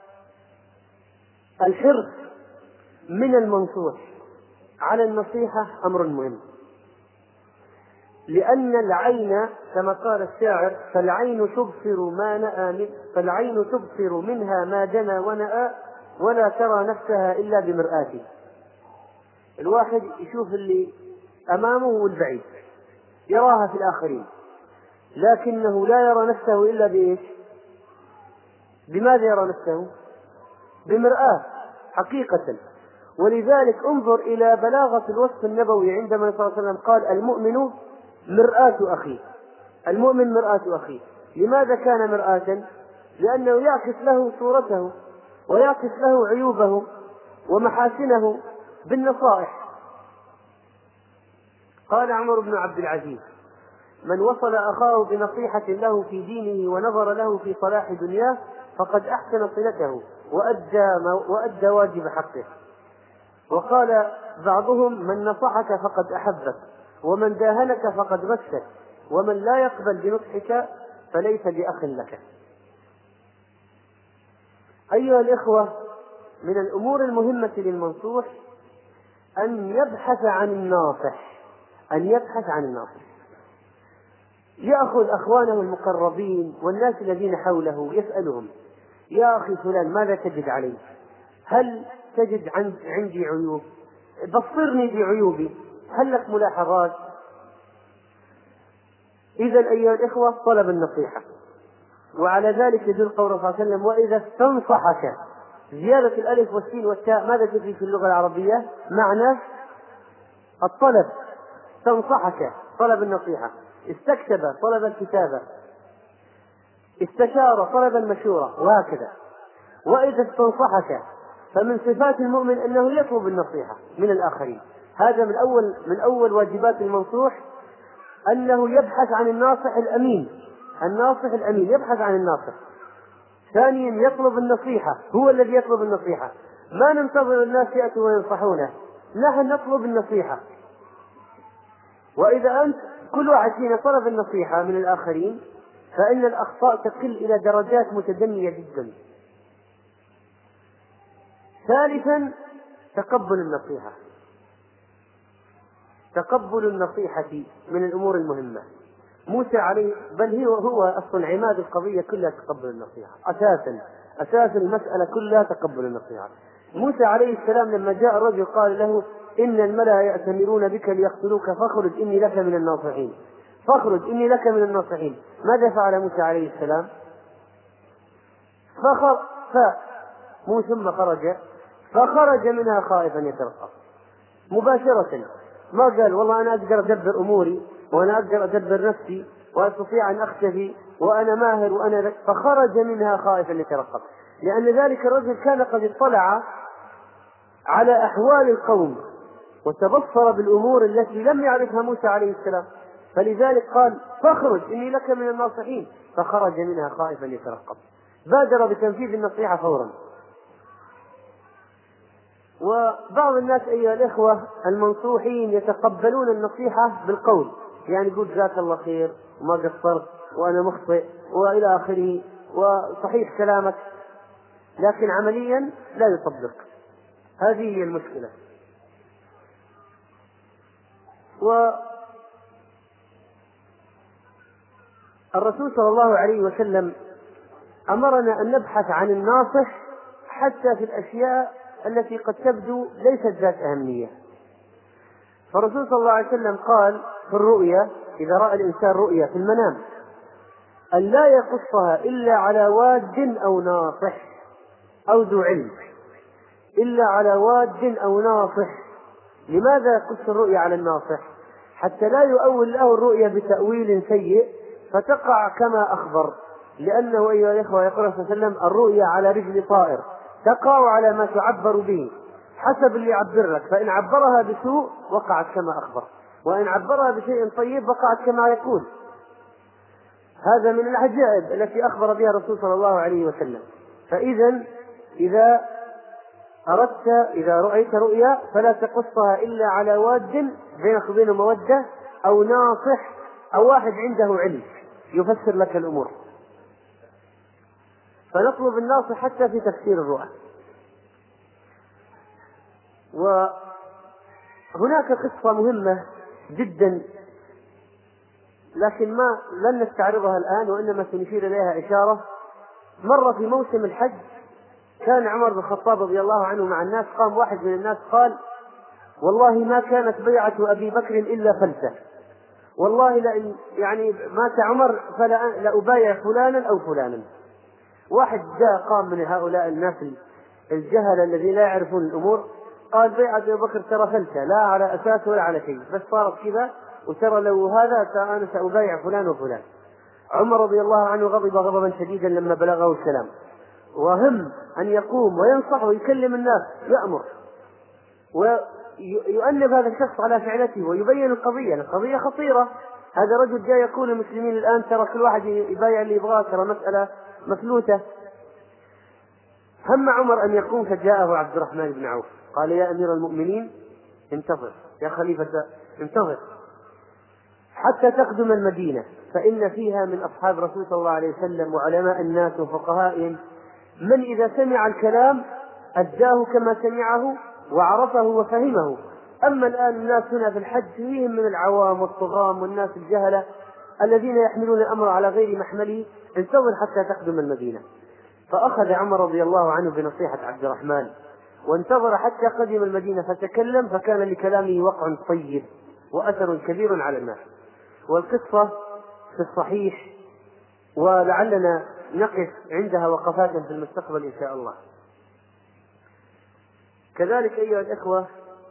الحرص من المنصوح على النصيحة أمر مهم. لأن العين كما قال الشاعر فالعين تبصر ما نأى من فالعين تبصر منها ما جنى ونأى ولا ترى نفسها إلا بمرآته. الواحد يشوف اللي أمامه والبعيد يراها في الآخرين، لكنه لا يرى نفسه إلا بإيش؟ بماذا يرى نفسه؟ بمرآة حقيقة. ولذلك انظر إلى بلاغة الوصف النبوي عندما صلى الله عليه وسلم قال المؤمن مرآة أخيه. المؤمن مرآة أخيه. لماذا كان مرآة؟ لأنه يعكس له صورته ويعكس له عيوبه ومحاسنه بالنصائح. قال عمر بن عبد العزيز من وصل أخاه بنصيحة له في دينه ونظر له في صلاح دنياه فقد أحسن صلته وأدى, وأدى واجب حقه. وقال بعضهم من نصحك فقد أحبك ومن داهنك فقد مسك ومن لا يقبل بنصحك فليس بأخ لك. أيها الإخوة، من الأمور المهمة للمنصوح أن يبحث عن الناصح أن يبحث عن الناصح يأخذ أخوانه المقربين والناس الذين حوله يسألهم يا أخي فلان ماذا تجد علي؟ هل تجد عندي عيوب؟ بصرني بعيوبي، هل لك ملاحظات؟ إذا أيها الإخوة طلب النصيحة. وعلى ذلك يدل قوله صلى الله عليه وسلم وإذا استنصحك. زيادة الألف والسين والتاء ماذا تفيد في اللغة العربية؟ معنى الطلب. استنصحك طلب النصيحة، استكتب طلب الكتابة، استشار طلب المشورة، وهكذا. وإذا استنصحك فمن صفات المؤمن أنه يطلب النصيحة من الآخرين. هذا من أول من أول واجبات المنصوح أنه يبحث عن الناصح الأمين. الناصح الأمين يبحث عن الناصح. ثانيا يطلب النصيحة، هو الذي يطلب النصيحة، ما ننتظر الناس يأتوا وينصحونه، نحن نطلب النصيحة. وإذا أنت كل واحد فينا طلب النصيحة من الآخرين فإن الأخطاء تقل إلى درجات متدنية جدا. ثالثا تقبل النصيحة. تقبل النصيحة من الأمور المهمة. موسى عليه بل هو هو أصلا عماد القضية كلها تقبل النصيحة. أساسا أساس المسألة كلها تقبل النصيحة. موسى عليه السلام لما جاء الرجل قال له إن الملأ يأتمرون بك ليقتلوك فاخرج إني لك من الناصحين فاخرج إني لك من الناصحين ماذا فعل موسى عليه السلام؟ فخر فمو ثم خرج فخرج منها خائفا يترقب مباشرة. ما قال والله أنا أقدر أدبر أموري وأنا أقدر أدبر نفسي وأستطيع أن أختفي وأنا ماهر وأنا ذك. فخرج منها خائفا يترقب، لأن ذلك الرجل كان قد اطلع على أحوال القوم وتبصر بالأمور التي لم يعرفها موسى عليه السلام، فلذلك قال فاخرج إني لك من الناصحين. فخرج منها خائفا يترقب، بادر بتنفيذ النصيحة فورا. وبعض الناس أيها الإخوة المنصوحين يتقبلون النصيحة بالقول، يعني يقول جزاك الله خير وما قصرت وأنا مخطئ وإلى آخره وصحيح كلامك، لكن عمليا لا يطبق. هذه هي المشكلة. والرسول صلى الله عليه وسلم أمرنا أن نبحث عن الناصح حتى في الأشياء التي قد تبدو ليست ذات أهمية. فالرسول صلى الله عليه وسلم قال في الرؤيا إذا رأى الإنسان رؤيا في المنام أن لا يقصها إلا على واد أو ناصح أو ذو علم، إلا على واد أو ناصح. لماذا يقص الرؤيا على الناصح؟ حتى لا يؤول له الرؤيا بتأويل سيء فتقع كما أخبر، لأنه أيها الإخوة يقول صلى الله عليه وسلم الرؤيا على رجل طائر تقع على ما تعبر به حسب اللي يعبر لك، فإن عبرها بسوء وقعت كما أخبر، وإن عبرها بشيء طيب وقعت كما يقول. هذا من العجائب التي أخبر بها الرسول صلى الله عليه وسلم. فإذا إذا أردت إذا رأيت رؤيا فلا تقصها إلا على واد بينك وبينه مودة أو ناصح أو واحد عنده علم يفسر لك الأمور. فنطلب الناصح حتى في تفسير الرؤى. وهناك قصة مهمة جدا لكن ما لن نستعرضها الآن، وإنما سنشير إليها إشارة. مر في موسم الحج كان عمر بن الخطاب رضي الله عنه مع الناس، قام واحد من الناس قال: والله ما كانت بيعة أبي بكر إلا فلسة، والله لئن يعني مات عمر فلا لأبايع فلانا أو فلانا. واحد جاء قام من هؤلاء الناس الجهل الذين لا يعرفون الأمور، قال: بيعة أبي بكر ترى فلسة، لا على أساس ولا على شيء، بس صارت كذا، وترى لو هذا أنا سأبايع فلان وفلان. عمر رضي الله عنه غضب غضبا شديدا لما بلغه الكلام، وهم أن يقوم وينصح ويكلم الناس، يأمر ويؤنب هذا الشخص على فعلته ويبين القضية. القضية خطيرة، هذا رجل جاء يقول للمسلمين الآن ترى كل واحد يبايع اللي يبغاه، ترى مسألة مفلوتة. هم عمر أن يقوم، فجاءه عبد الرحمن بن عوف قال: يا أمير المؤمنين انتظر، يا خليفة انتظر حتى تقدم المدينة، فإن فيها من أصحاب رسول صلى الله عليه وسلم وعلماء الناس وفقهائهم من إذا سمع الكلام أداه كما سمعه وعرفه وفهمه. أما الآن الناس هنا في الحج فيهم من العوام والطغام والناس الجهلة الذين يحملون الأمر على غير محمله، انتظر حتى تقدم المدينة. فأخذ عمر رضي الله عنه بنصيحة عبد الرحمن وانتظر حتى قدم المدينة فتكلم، فكان لكلامه وقع طيب وأثر كبير على الناس. والقصة في الصحيح، ولعلنا نقف عندها وقفات في المستقبل إن شاء الله. كذلك أيها الإخوة،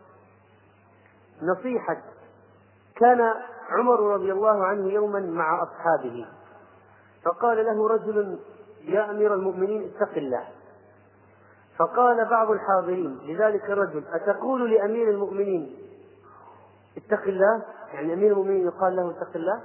نصيحة كان عمر رضي الله عنه يوما مع أصحابه، فقال له رجل: يا أمير المؤمنين اتق الله. فقال بعض الحاضرين لذلك الرجل: أتقول لأمير المؤمنين اتق الله؟ يعني أمير المؤمنين يقال له اتق الله؟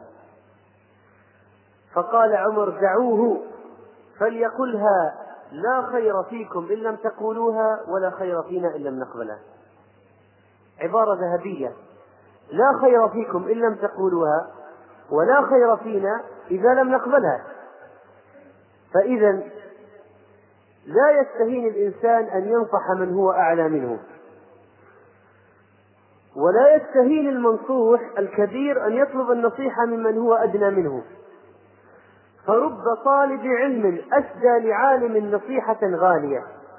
فقال عمر: دعوه فليقلها، لا خير فيكم إن لم تقولوها، ولا خير فينا إن لم نقبلها. عبارة ذهبية: لا خير فيكم إن لم تقولوها، ولا خير فينا إذا لم نقبلها. فإذا لا يستهين الإنسان أن ينصح من هو أعلى منه، ولا يستهين المنصوح الكبير أن يطلب النصيحة ممن هو أدنى منه. فرب طالب علم أسدى لعالم نصيحة غالية،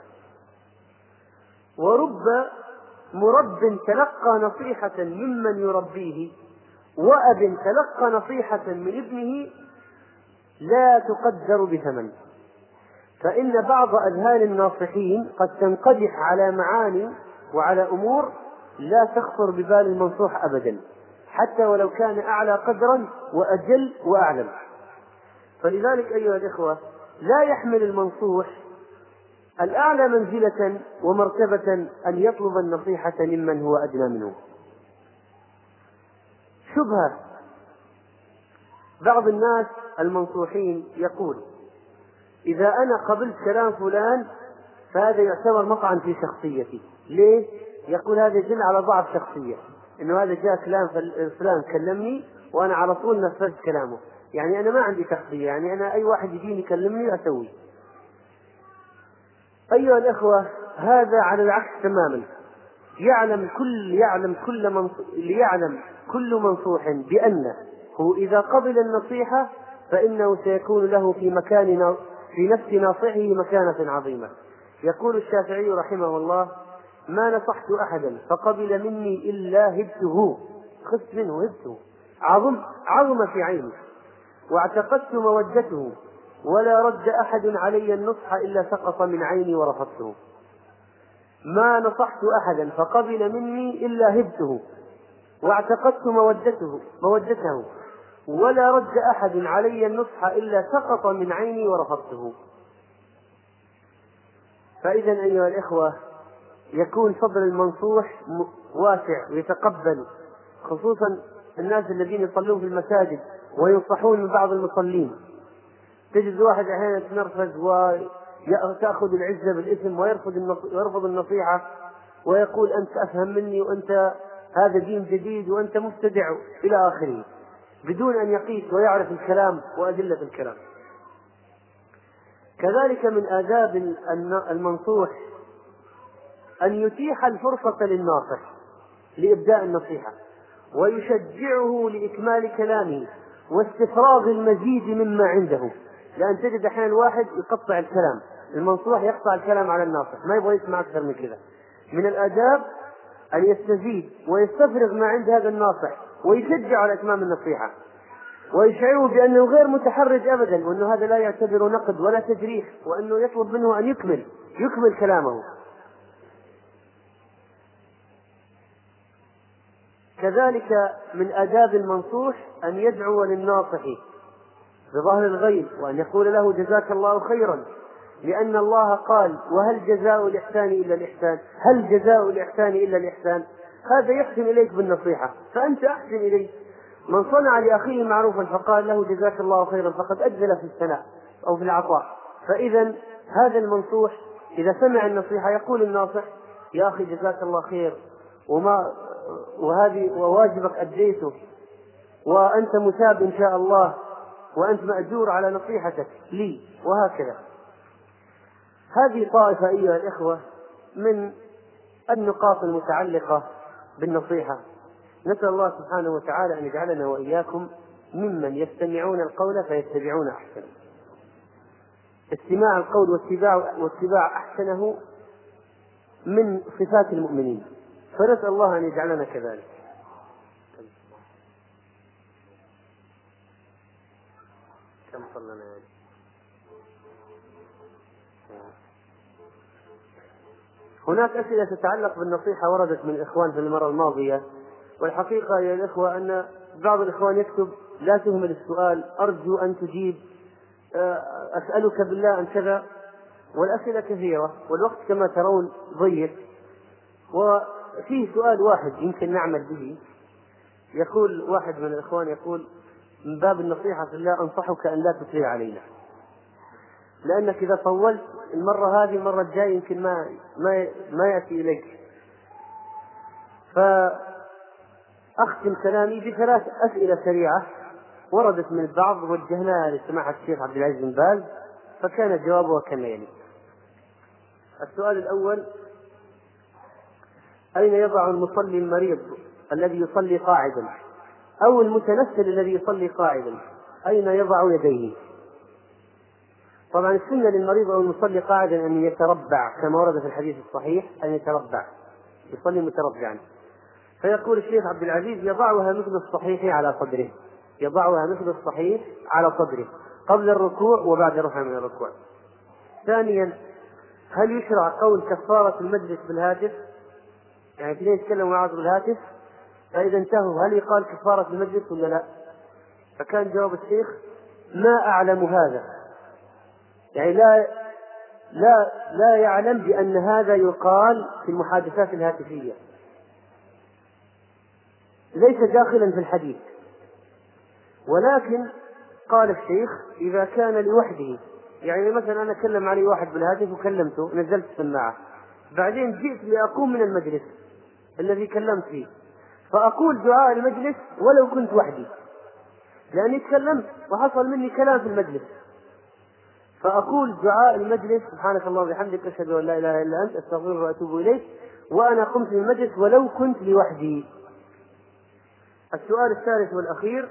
ورب مرب تلقى نصيحة ممن يربيه، وأب تلقى نصيحة من ابنه لا تقدر بثمن. فإن بعض أذهان الناصحين قد تنقدح على معاني وعلى أمور لا تخطر ببال المنصوح أبدا، حتى ولو كان أعلى قدرا وأجل وأعلم. فلذلك أيها الإخوة، لا يحمل المنصوح الأعلى منزلة ومرتبة أن يطلب النصيحة ممن هو أدنى منه. شبهة بعض الناس المنصوحين يقول: إذا أنا قبلت كلام فلان فهذا يعتبر مطعن في شخصيتي. ليه؟ يقول هذا يدل على ضعف شخصية، إنه هذا جاء كلام فلان كلمني وأنا على طول نفذت كلامه، يعني أنا ما عندي شخصية، يعني أنا أي واحد يجيني يكلمني أسوي. أيها الأخوة، هذا على العكس تماما. يعلم كل يعلم كل منصوح ليعلم كل منصوح بأنه إذا قبل النصيحة فإنه سيكون له في مكان في نفس ناصحه مكانة عظيمة. يقول الشافعي رحمه الله: ما نصحت أحدا فقبل مني إلا هبته، خفت منه هبته، عظم عظم في عيني، واعتقدت مودته، ولا رد أحد علي النصح إلا سقط من عيني ورفضته. ما نصحت أحدا فقبل مني إلا هبته، واعتقدت مودته مودته ولا رد أحد علي النصح إلا سقط من عيني ورفضته. فإذا أيها الإخوة، يكون صدر المنصوح واسع ويتقبل، خصوصا الناس الذين يصلون في المساجد وينصحون من بعض المصلين. تجد واحد أحيانا يتنرفز وتأخذ العزة بالإثم ويرفض النصيحة ويقول: أنت أفهم مني، وأنت هذا دين جديد، وأنت مبتدع، إلى آخره، بدون أن يقيس ويعرف الكلام وأدلة الكلام. كذلك من آداب المنصوح أن يتيح الفرصة للناصح لإبداء النصيحة، ويشجعه لإكمال كلامه، واستفراغ المزيد مما عنده، لأن تجد أحيانا الواحد يقطع الكلام، المنصوح يقطع الكلام على الناصح، ما يبغى يسمع أكثر من كذا. من الآداب أن يستزيد ويستفرغ ما عند هذا الناصح ويشجع على إتمام النصيحة ويشعره بأنه غير متحرج أبدا، وأنه هذا لا يعتبر نقد ولا تجريح، وأنه يطلب منه أن يكمل يكمل كلامه. كذلك من آداب المنصوح أن يدعو للناصح بظهر الغيب وأن يقول له جزاك الله خيرا، لأن الله قال وهل جزاء الإحسان إلا الإحسان، هل جزاء الإحسان إلا الإحسان. هذا يحسن إليك بالنصيحة فأنت أحسن إليه. من صنع لأخيه معروفا فقال له جزاك الله خيرا فقد أجزل في الثناء أو في العطاء. فإذا هذا المنصوح إذا سمع النصيحة يقول الناصح يا أخي جزاك الله خير، وما وهذه وواجبك أديته، وأنت مثاب إن شاء الله، وأنت مأجور على نصيحتك لي، وهكذا. هذه طائفة أيها الإخوة من النقاط المتعلقة بالنصيحة. نسأل الله سبحانه وتعالى أن يجعلنا وإياكم ممن يستمعون القول فيتبعون أحسنه. استماع القول واتباع, واتباع أحسنه من صفات المؤمنين، فنسأل الله أن يجعلنا كذلك. كم صلنا يعني؟ هناك أسئلة تتعلق بالنصيحة وردت من الإخوان في المرة الماضية، والحقيقة يا الإخوة أن بعض الإخوان يكتب لا تهمل السؤال، أرجو أن تجيب، أسألك بالله أن كذا، والأسئلة كثيرة والوقت كما ترون ضيق. وفيه سؤال واحد يمكن نعمل به. يقول واحد من الإخوان يقول من باب النصيحة في الله أنصحك أن لا تطيل علينا، لأنك إذا طولت المرة هذه المرة الجاية يمكن ما ما ما يأتي إليك. فأختم كلامي بثلاث أسئلة سريعة وردت من البعض وجهناها لسماحة الشيخ عبد العزيز بن باز، فكان جوابها كما يلي. السؤال الأول: أين يضع المصلي المريض الذي يصلي قاعدا أو المتنفل الذي يصلي قاعدا أين يضع يديه؟ طبعا السنة للمريض أو المصلي قاعدا أن يتربع كما ورد في الحديث الصحيح، أن يتربع يصلي متربعا. فيقول الشيخ عبد العزيز يضعها مثل الصحيح على صدره، يضعها مثل الصحيح على صدره قبل الركوع وبعد رفع من الركوع. ثانيا: هل يشرع قول كفارة المجلس بالهاتف؟ يعني اثنين يتكلموا مع بعض بالهاتف فإذا انتهوا هل يقال كفارة المجلس ولا لا؟ فكان جواب الشيخ ما أعلم هذا، يعني لا لا لا يعلم بأن هذا يقال في المحادثات الهاتفية، ليس داخلا في الحديث. ولكن قال الشيخ إذا كان لوحده، يعني مثلا أنا أكلم علي واحد بالهاتف وكلمته نزلت السماعة، بعدين جئت لأقوم من المجلس الذي كلمت فيه فأقول دعاء المجلس ولو كنت وحدي، لأني تكلمت وحصل مني كلام في المجلس، فأقول دعاء المجلس سبحانك اللهم وبحمدك أشهد أن لا إله إلا أنت أستغفرك وأتوب إليك وأنا قمت من المجلس ولو كنت لوحدي. السؤال الثالث والأخير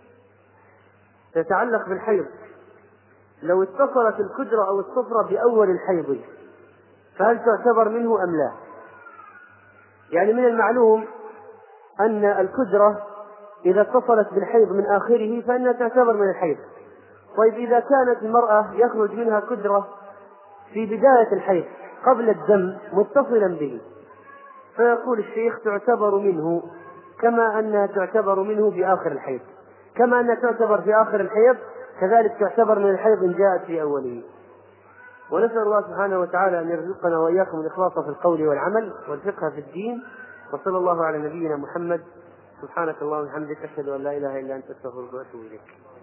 يتعلق بالحيض: لو اتصلت الكدرة أو الصفرة بأول الحيض فهل تعتبر منه أم لا؟ يعني من المعلوم أن الكدرة إذا اتصلت بالحيض من آخره فإنها تعتبر من الحيض. طيب إذا كانت المرأة يخرج منها كدرة في بداية الحيض قبل الدم متصلا به، فيقول الشيخ تعتبر منه كما أنها تعتبر منه في آخر الحيض، كما أنها تعتبر في آخر الحيض كذلك تعتبر من الحيض إن جاءت في أوله. ونسأل الله سبحانه وتعالى أن يرزقنا وإياكم الإخلاص في القول والعمل والفقه في الدين، وصلى الله على نبينا محمد. سبحانك اللهم وبحمدك أشهد أن لا إله إلا أنت أستغفرك وأتوب إليك.